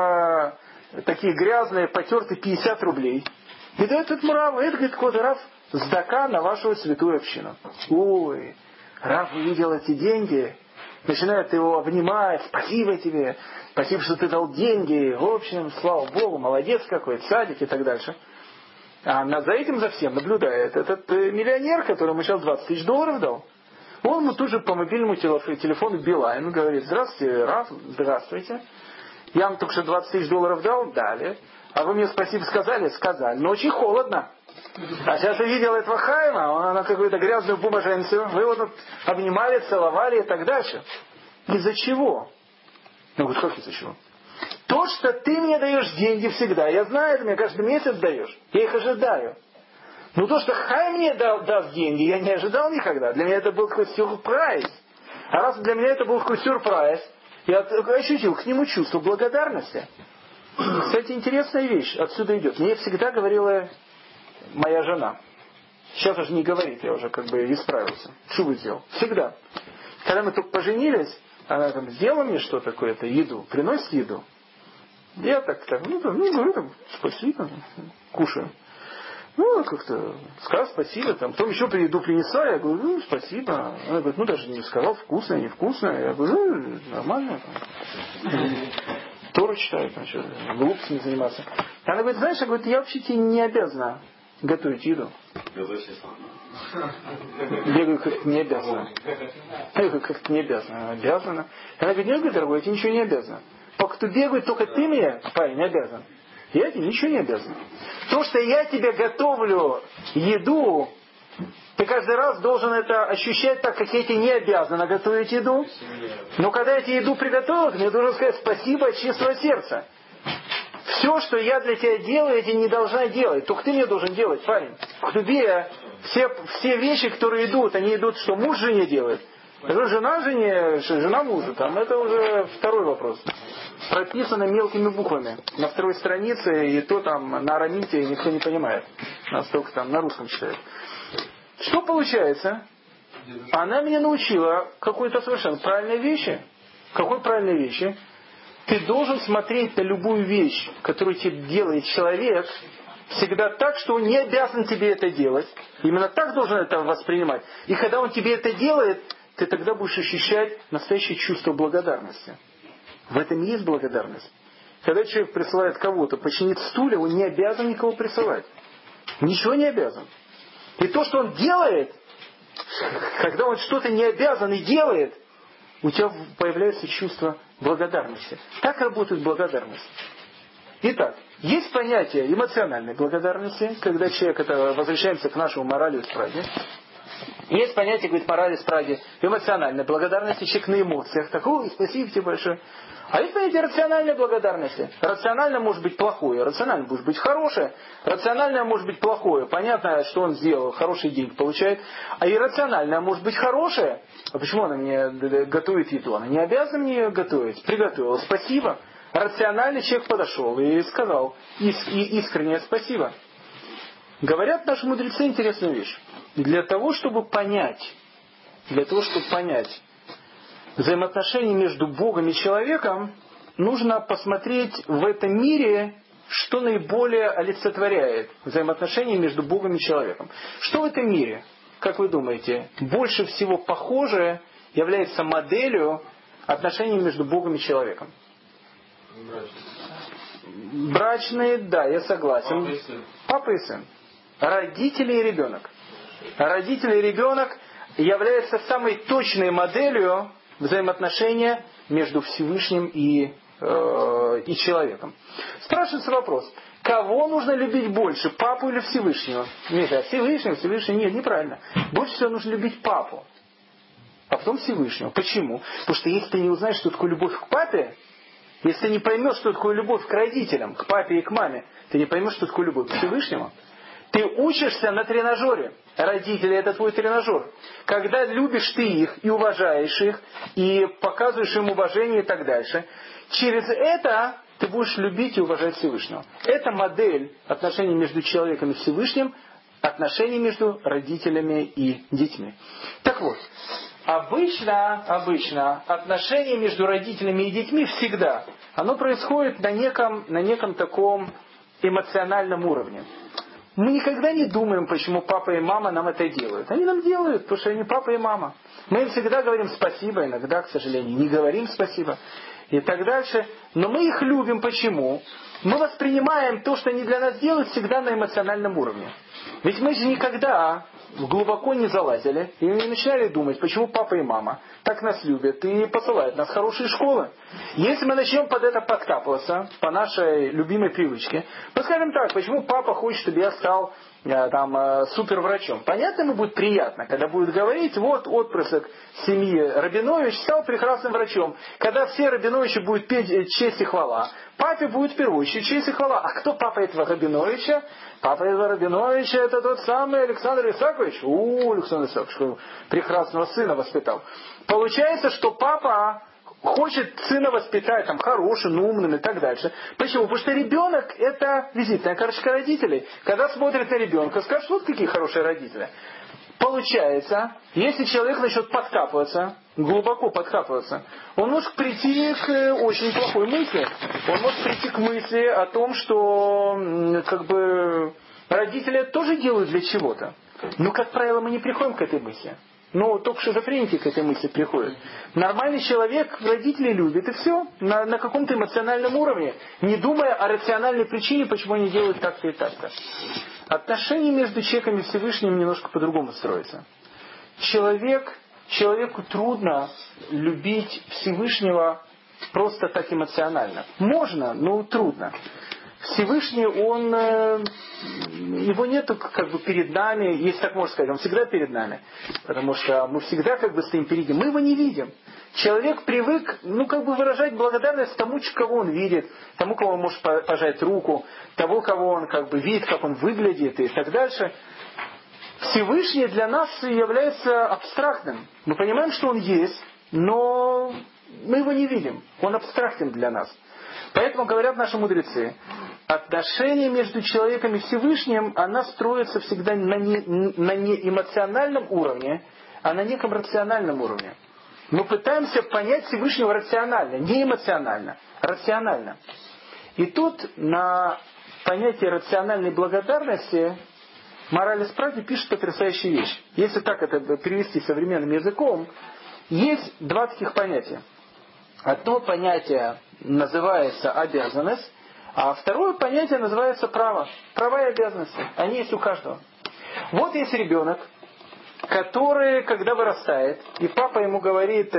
Speaker 1: такие грязные, потертые 50 рублей. И дает этому Раву, это, говорит, какой-то Рав, сдака на вашу святую общину. Ой, Рав увидел эти деньги, начинает его обнимать, спасибо тебе, спасибо, что ты дал деньги, в общем, слава Богу, молодец какой, садик и так дальше. А за этим, за всем наблюдает этот миллионер, которому сейчас 20 тысяч долларов дал. Он ему тут же по мобильному телефону Билайн говорит, здравствуйте, Раф, здравствуйте. Я вам только что 20 тысяч долларов дал? Дали. А вы мне спасибо сказали? Сказали. Но очень холодно. А сейчас я видел этого Хайма, он на какую-то грязную бумаженцию. Вы его тут обнимали, целовали и так дальше. Из-за чего? Я говорю, как из-за чего? То, что ты мне даешь деньги всегда. Я знаю, ты мне каждый месяц даешь. Я их ожидаю. Но то, что Хайм мне даст деньги, я не ожидал никогда. Для меня это был какой-то сюрприз. А раз для меня это был какой-то сюрприз, я ощутил к нему чувство благодарности. Кстати, интересная вещь отсюда идет. Мне всегда говорила моя жена. Сейчас уже не говорит, я уже исправился. Шубу сделал. Всегда. Когда мы только поженились, она сделала мне что-то такое-то, еду, приносит еду. Я говорю, спасибо, кушаю. Как-то сказал спасибо, потом еще еду принесла, я говорю, спасибо. Она говорит, даже не сказал, вкусное, невкусное. Я говорю, нормально. Тору читаю, глупостями заниматься. Она говорит, знаешь, я вообще тебе не обязана готовить еду. Я говорю, как не обязана. Я говорю, как не обязана. Обязана. Она говорит, нет, дорогой, я тебе ничего не обязана. Пока ты бегаешь, только ты мне, парень, не обязан. Я тебе ничего не обязан. То, что я тебе готовлю еду, Ты каждый раз должен это ощущать так, как я тебе не обязан готовить еду. Но когда я тебе еду приготовил, ты мне должен сказать спасибо от чистого сердца. Все, что я для тебя делаю, я тебе не должна делать. Только ты мне должен делать, парень. В Ктубе все вещи, которые идут, они идут, что муж жене делает. Жена жене, жена мужу. Там это уже второй вопрос. Прописано мелкими буквами. На второй странице, и то там на арамите никто не понимает. Настолько там на русском читают. Что получается? Она меня научила какой-то совершенно правильной вещи. Какой правильной вещи? Ты должен смотреть на любую вещь, которую тебе делает человек, всегда так, что он не обязан тебе это делать. Именно так должен это воспринимать. И когда он тебе это делает, ты тогда будешь ощущать настоящее чувство благодарности. В этом и есть благодарность. Когда человек присылает кого-то починить стулья, он не обязан никого присылать. Ничего не обязан. И то, что он делает, когда он что-то не обязан и делает, у тебя появляется чувство благодарности. Так работает благодарность. Итак, есть понятие эмоциональной благодарности, когда человек, это возвращаемся к нашему морали и спраге. Есть понятие, говорит, морали и спраге, эмоциональной благодарности, человек на эмоциях. Такого, спасибо тебе большое. А есть понятие рациональной благодарности. Рационально может быть плохое, рационально может быть хорошее, рациональное может быть плохое. Понятно, что он сделал, хороший деньги получает. А иррациональное может быть хорошее. А почему она мне готовит еду? Она не обязана мне ее готовить. Приготовила, спасибо. Рациональный человек подошел и сказал искреннее спасибо. Говорят наши мудрецы интересную вещь. Для того, чтобы понять взаимоотношения между Богом и человеком, нужно посмотреть в этом мире, что наиболее олицетворяет взаимоотношения между Богом и человеком. Что в этом мире, как вы думаете, больше всего похоже является моделью отношений между Богом и человеком? Брачные, да, я согласен. Папа и сын. Родители и ребенок. Родители и ребенок являются самой точной моделью взаимоотношения между Всевышним и человеком. Спрашивается вопрос, кого нужно любить больше, папу или Всевышнего? Нет, Всевышний, нет, неправильно. Больше всего нужно любить папу, а потом Всевышнего. Почему? Потому что если ты не узнаешь, что такое любовь к папе, если ты не поймешь, что такое любовь к родителям, к папе и к маме, ты не поймешь, что такое любовь к Всевышнему. Ты учишься на тренажере. Родители — это твой тренажер. Когда любишь ты их и уважаешь их, и показываешь им уважение и так дальше, через это ты будешь любить и уважать Всевышнего. Это модель отношений между человеком и Всевышним, отношений между родителями и детьми. Так вот, обычно отношения между родителями и детьми всегда, оно происходит на неком таком эмоциональном уровне. Мы никогда не думаем, почему папа и мама нам это делают. Они нам делают, потому что они папа и мама. Мы им всегда говорим спасибо, иногда, к сожалению, не говорим спасибо. И так дальше. Но мы их любим. Почему? Мы воспринимаем то, что они для нас делают, всегда на эмоциональном уровне. Ведь мы же никогда глубоко не залазили и не начинали думать, почему папа и мама так нас любят и посылают нас в хорошие школы. Если мы начнем под это подкапываться, по нашей любимой привычке, мы скажем так, почему папа хочет, чтобы я стал суперврачом. Понятно, ему будет приятно, когда будет говорить, вот отпрыск семьи Рабинович стал прекрасным врачом. Когда все Рабиновичи будут петь честь и хвала, папе будет в первую очередь честь и хвала. А кто папа этого Рабиновича? Папа этого Рабиновича — это тот самый Александр Исаакович. Александр Исаакович прекрасного сына воспитал. Получается, что папа хочет сына воспитать хорошим, умным и так дальше. Почему? Потому что ребенок — это визитная карточка родителей. Когда смотрит на ребенка, скажет, вот какие хорошие родители. Получается, если человек начнет подкапываться, глубоко подкапываться, он может прийти к очень плохой мысли. Он может прийти к мысли о том, что родители это тоже делают для чего-то. Но, как правило, мы не приходим к этой мысли. Но только шизофреники к этой мысли приходят. Нормальный человек родителей любит, и все. На каком-то эмоциональном уровне. Не думая о рациональной причине, почему они делают так-то и так-то. Отношения между человеком и Всевышним немножко по-другому строятся. Человеку трудно любить Всевышнего просто так эмоционально. Можно, но трудно. Всевышний, его нету как бы перед нами, если так можно сказать, он всегда перед нами. Потому что мы всегда как бы стоим перед ним, мы его не видим. Человек привык, как бы выражать благодарность тому, кого он видит, тому, кого он может пожать руку, того, кого он как бы видит, как он выглядит и так дальше. Всевышний для нас является абстрактным. Мы понимаем, что он есть, но мы его не видим. Он абстрактен для нас. Поэтому говорят наши мудрецы, отношения между человеком и Всевышним, она строится всегда на не эмоциональном уровне, а на неком рациональном уровне. Мы пытаемся понять Всевышнего рационально, не эмоционально, рационально. И тут на понятие рациональной благодарности Мораль из правды пишет потрясающую вещь. Если так это перевести современным языком, есть два таких понятия. Одно понятие называется обязанность, а второе понятие называется право. Права и обязанности. Они есть у каждого. Вот есть ребенок, который, когда вырастает, и папа ему говорит,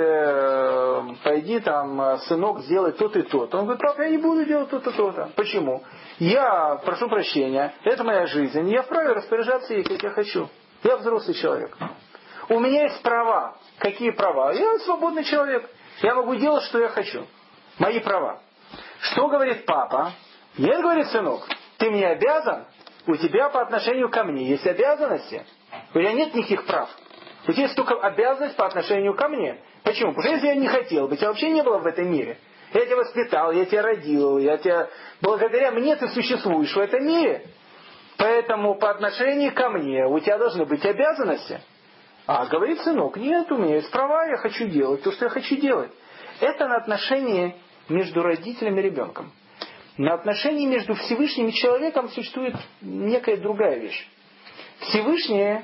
Speaker 1: пойди там, сынок, сделай то-то и то-то. Он говорит, папа, я не буду делать то-то, то-то. Почему? Я прошу прощения, это моя жизнь, я вправе распоряжаться ей, как я хочу. Я взрослый человек. У меня есть права. Какие права? Я свободный человек. Я могу делать, что я хочу. Мои права. Что говорит папа? Нет, говорит сынок, ты мне обязан, у тебя по отношению ко мне есть обязанности. У тебя нет никаких прав. У тебя есть только обязанность по отношению ко мне. Почему? Потому что если я не хотел бы, тебя вообще не было в этом мире. Я тебя воспитал, я тебя родил, благодаря мне ты существуешь в этом мире. Поэтому по отношению ко мне у тебя должны быть обязанности. А говорит сынок, нет, у меня есть права, я хочу делать то, что я хочу делать. Это на отношении между родителем и ребенком. На отношении между Всевышним и человеком существует некая другая вещь. Всевышний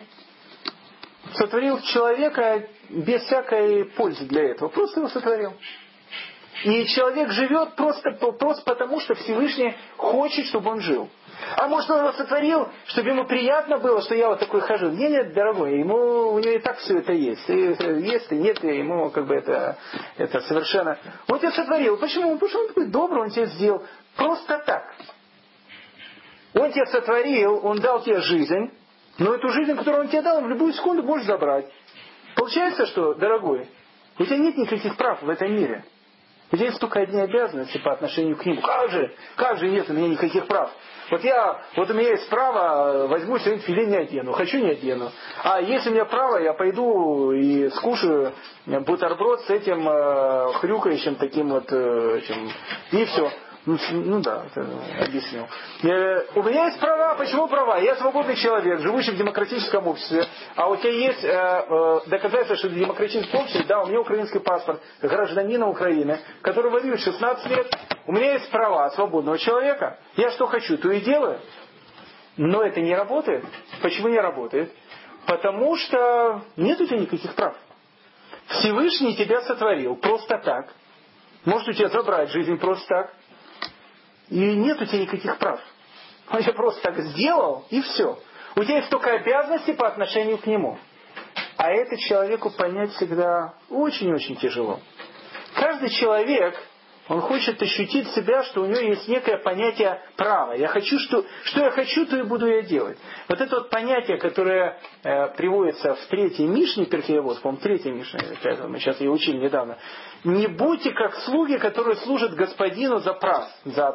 Speaker 1: сотворил человека без всякой пользы для этого. Просто его сотворил. И человек живет просто потому, что Всевышний хочет, чтобы он жил. А может, он его сотворил, чтобы ему приятно было, что я вот такой хожу. Нет, дорогой, у него и так все это есть. И есть, и нет, и ему как бы это совершенно... Он тебя сотворил. Почему? Потому что он такой добрый, он тебя сделал просто так. Он тебя сотворил, он дал тебе жизнь, но эту жизнь, которую он тебе дал, в любую секунду можешь забрать. Получается, что, дорогой, у тебя нет никаких прав в этом мире. У тебя есть только одни обязанности по отношению к нему. Как же нет у меня никаких прав? Вот у меня есть право, возьму сегодня филе не одену, хочу не одену. А если у меня право, я пойду и скушаю бутерброд с этим хрюкающим таким вот этим, и все. Ну да, это объяснил. У меня есть права. Почему права? Я свободный человек, живущий в демократическом обществе. А у тебя есть доказательства, что в демократическом обществе, да, у меня украинский паспорт гражданина Украины, который воюет 16 лет. У меня есть права свободного человека. Я что хочу, то и делаю. Но это не работает. Почему не работает? Потому что нет у тебя никаких прав. Всевышний тебя сотворил просто так. Может у тебя забрать жизнь просто так. И нет у тебя никаких прав. Он тебя просто так сделал, и все. У тебя есть только обязанности по отношению к нему. А это человеку понять всегда очень-очень тяжело. Каждый человек, он хочет ощутить себя, что у него есть некое понятие права. Я хочу, что я хочу, то и буду я делать. Вот это вот понятие, которое приводится в 3-й Мишне, Перкей Авот, по-моему, 3-я Мишна, мы сейчас ее учили недавно. Не будьте как слуги, которые служат господину за прав, за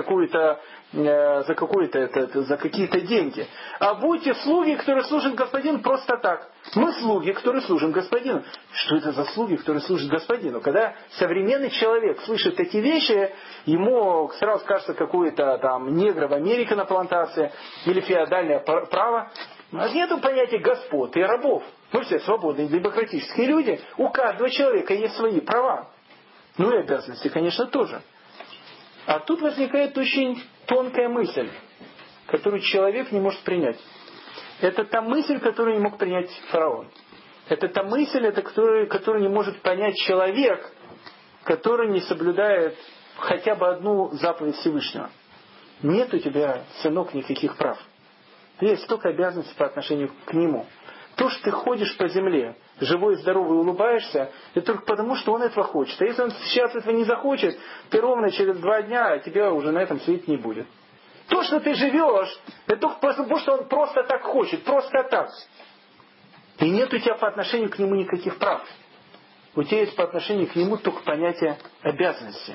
Speaker 1: какие-то деньги. А будьте слуги, которые служат господину просто так. Мы слуги, которые служим господину. Что это за слуги, которые служат господину? Когда современный человек слышит эти вещи, ему сразу кажется какой-то там негр в Америке на плантации или феодальное право. Нету понятия господ и рабов. Мы все свободные демократические люди. У каждого человека есть свои права. Ну и обязанности, конечно, тоже. А тут возникает очень тонкая мысль, которую человек не может принять. Это та мысль, которую не мог принять фараон. Это та мысль, которую не может понять человек, который не соблюдает хотя бы одну заповедь Всевышнего. Нет у тебя, сынок, никаких прав. Есть только обязанности по отношению к нему. То, что ты ходишь по земле, живой, здоровый, улыбаешься, это только потому, что он этого хочет. А если он сейчас этого не захочет, ты ровно через 2 дня тебя уже на этом свете не будет. То, что ты живешь, это только потому, что он просто так хочет, просто так. И нет у тебя по отношению к нему никаких прав. У тебя есть по отношению к нему только понятие обязанности.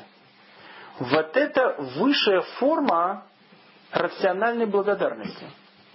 Speaker 1: Вот это высшая форма рациональной благодарности.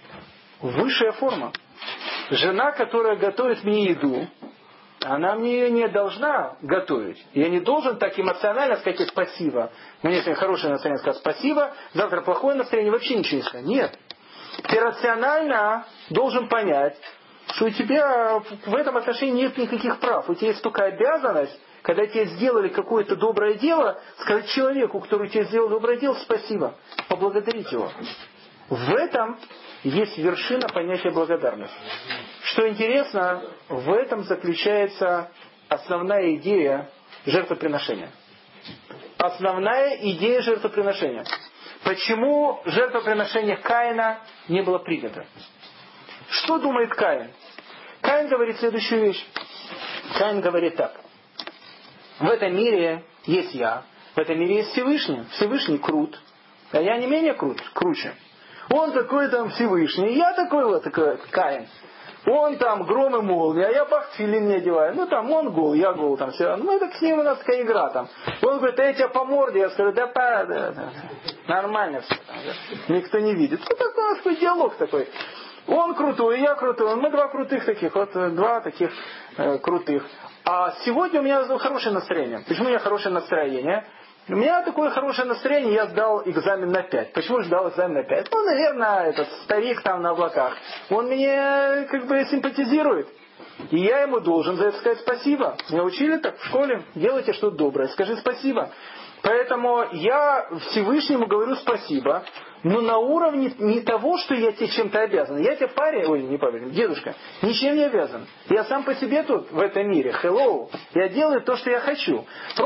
Speaker 1: Высшая форма. Жена, которая готовит мне еду, она мне не должна готовить. Я не должен так эмоционально сказать спасибо. У меня сегодня хорошее настроение, сказать спасибо, завтра плохое настроение, вообще ничего не сказать. Нет. Ты рационально должен понять, что у тебя в этом отношении нет никаких прав. У тебя есть только обязанность, когда тебе сделали какое-то доброе дело, сказать человеку, который тебе сделал доброе дело, спасибо, поблагодарить его. В этом есть вершина понятия благодарности. Что интересно, в этом заключается основная идея жертвоприношения. Основная идея жертвоприношения. Почему жертвоприношение Каина не было принято? Что думает Каин? Каин говорит следующую вещь. Каин говорит так. В этом мире есть я, в этом мире есть Всевышний. Всевышний крут, а я не менее круче. Он такой там Всевышний, я такой вот такой Каин. Он там гром и молния, а я бахтфилин не одеваю. Ну там он гол, я гол там все. Ну это с ним у нас такая игра там. Он говорит, я тебя по морде, я скажу, да. Нормально все там. Да. Никто не видит. Вот такой у нас такой диалог такой. Он крутой, я крутой. Мы два крутых таких, вот два таких крутых. А сегодня у меня хорошее настроение. Почему у меня хорошее настроение? У меня такое хорошее настроение, я сдал экзамен на 5. Почему же сдал экзамен на 5? Ну, наверное, этот старик там на облаках, он мне как бы симпатизирует. И я ему должен за это сказать спасибо. Меня учили так в школе, делайте что-то доброе, скажи спасибо. Поэтому я Всевышнему говорю спасибо, но на уровне не того, что я тебе чем-то обязан. Я тебе дедушка, ничем не обязан. Я сам по себе тут в этом мире. Hello. Я делаю то, что я хочу.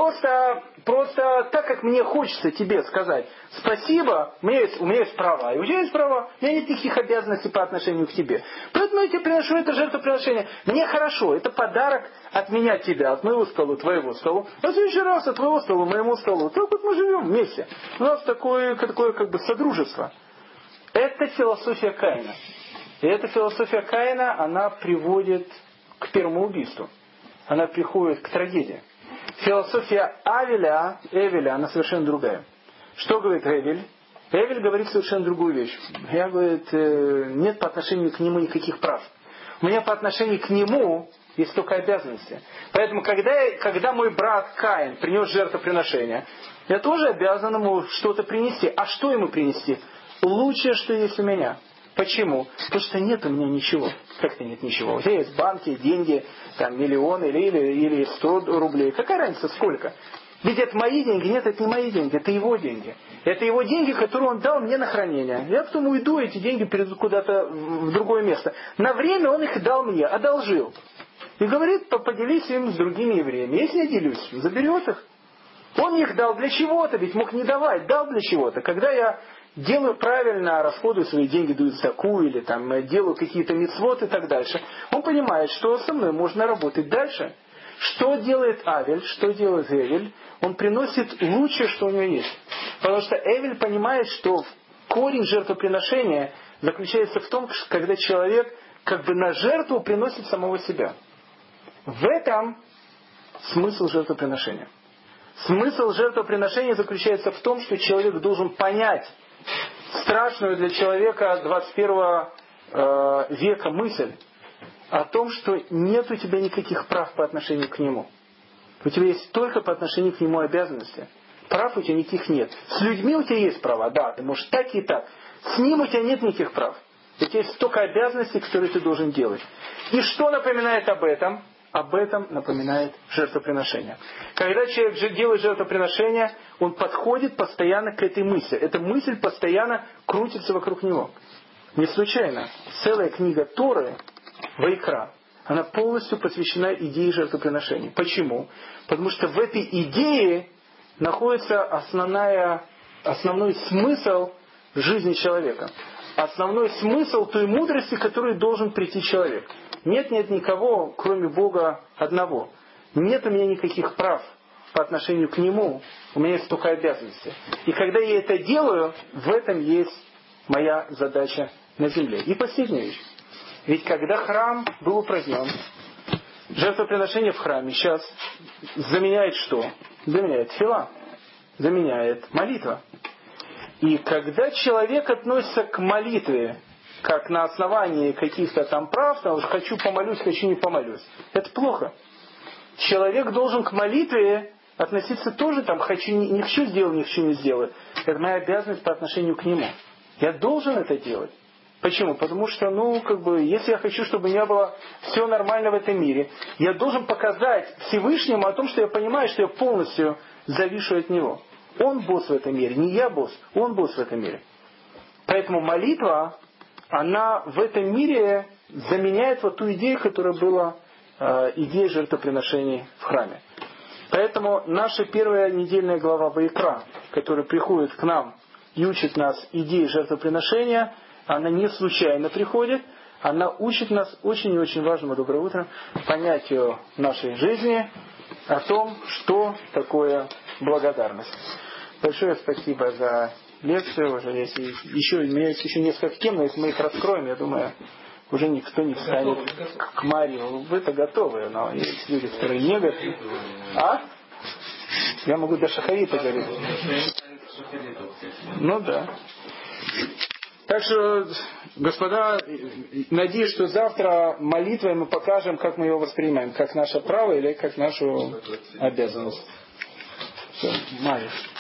Speaker 1: Просто так, как мне хочется тебе сказать спасибо, у меня есть права. И у тебя есть права. У меня нет никаких обязанностей по отношению к тебе. Поэтому я тебе приношу это жертвоприношение. Мне хорошо. Это подарок от меня тебя, от моего стола, твоего стола. А в следующий раз от твоего стола, моему столу. Так вот мы живем вместе. У нас такое как бы содружество. Это философия Каина. И эта философия Каина, она приводит к первому убийству. Она приходит к трагедии. Философия Эвеля, она совершенно другая. Что говорит Эвель? Эвель говорит совершенно другую вещь. Я, говорит, нет по отношению к нему никаких прав. У меня по отношению к нему есть только обязанности. Поэтому, когда мой брат Каин принес жертвоприношение, я тоже обязан ему что-то принести. А что ему принести? Лучшее, что есть у меня. Почему? Потому что нет у меня ничего. Как-то нет ничего. У тебя есть банки, деньги, там, миллионы или 100 рублей. Какая разница, сколько? Ведь это мои деньги. Нет, это не мои деньги, это его деньги. Это его деньги, которые он дал мне на хранение. Я потом уйду, эти деньги перейдут куда-то в другое место. На время он их дал мне, одолжил. И говорит, поделись им с другими евреями. Если я делюсь, заберет их. Он их дал для чего-то, ведь мог не давать, дал для чего-то. Когда я делаю правильно, расходую свои деньги, даю заку, или там, делаю какие-то мицвот и так дальше, он понимает, что со мной можно работать дальше. Что делает Авель, что делает Эвель? Он приносит лучшее, что у него есть. Потому что Эвель понимает, что корень жертвоприношения заключается в том, когда человек как бы на жертву приносит самого себя. В этом смысл жертвоприношения. Смысл жертвоприношения заключается в том, что человек должен понять страшную для человека 21 века мысль о том, что нет у тебя никаких прав по отношению к нему. У тебя есть только по отношению к нему обязанности. Прав у тебя никаких нет. С людьми у тебя есть права, да, ты можешь так и так. С ним у тебя нет никаких прав. У тебя есть только обязанности, которые ты должен делать. И что напоминает об этом? Об этом напоминает жертвоприношение. Когда человек делает жертвоприношение, он подходит постоянно к этой мысли. Эта мысль постоянно крутится вокруг него. Не случайно. Целая книга Торы, Вайкра, она полностью посвящена идее жертвоприношения. Почему? Потому что в этой идее находится основной смысл жизни человека. Основной смысл той мудрости, которой должен прийти человек. Нет никого, кроме Бога одного. Нет у меня никаких прав. по отношению к Нему, у меня есть только обязанности. И когда я это делаю, в этом есть моя задача на земле. И последняя вещь. Ведь когда храм был упразднен, жертвоприношение в храме сейчас заменяет что? Заменяет тфила, заменяет молитва. И когда человек относится к молитве как на основании каких-то там прав, там, хочу помолюсь, хочу не помолюсь, это плохо. Человек должен к молитве относиться тоже там, хочу, не хочу сделать, не хочу не сделать. Это моя обязанность по отношению к Нему. Я должен это делать. Почему? Потому что, если я хочу, чтобы у меня было все нормально в этом мире, я должен показать Всевышнему о том, что я понимаю, что я полностью завишу от Него. Он босс в этом мире, не я босс, Он босс в этом мире. Поэтому молитва, она в этом мире заменяет вот ту идею, которая была идея жертвоприношений в храме. Поэтому наша первая недельная глава Ваикра, которая приходит к нам и учит нас идеи жертвоприношения, она не случайно приходит, она учит нас очень и очень важному, доброе утро, понятию нашей жизни о том, что такое благодарность. Большое спасибо за лекцию. Уже есть у меня есть еще несколько тем, но если мы их раскроем, я думаю, уже никто не встанет к Марию. Вы-то готовы, но есть люди, которые не готовы. Я могу до шахарита говорить. Да. Так что, господа, надеюсь, что завтра молитвой мы покажем, как мы его воспринимаем, как наше право или как нашу обязанность. Все, Мария.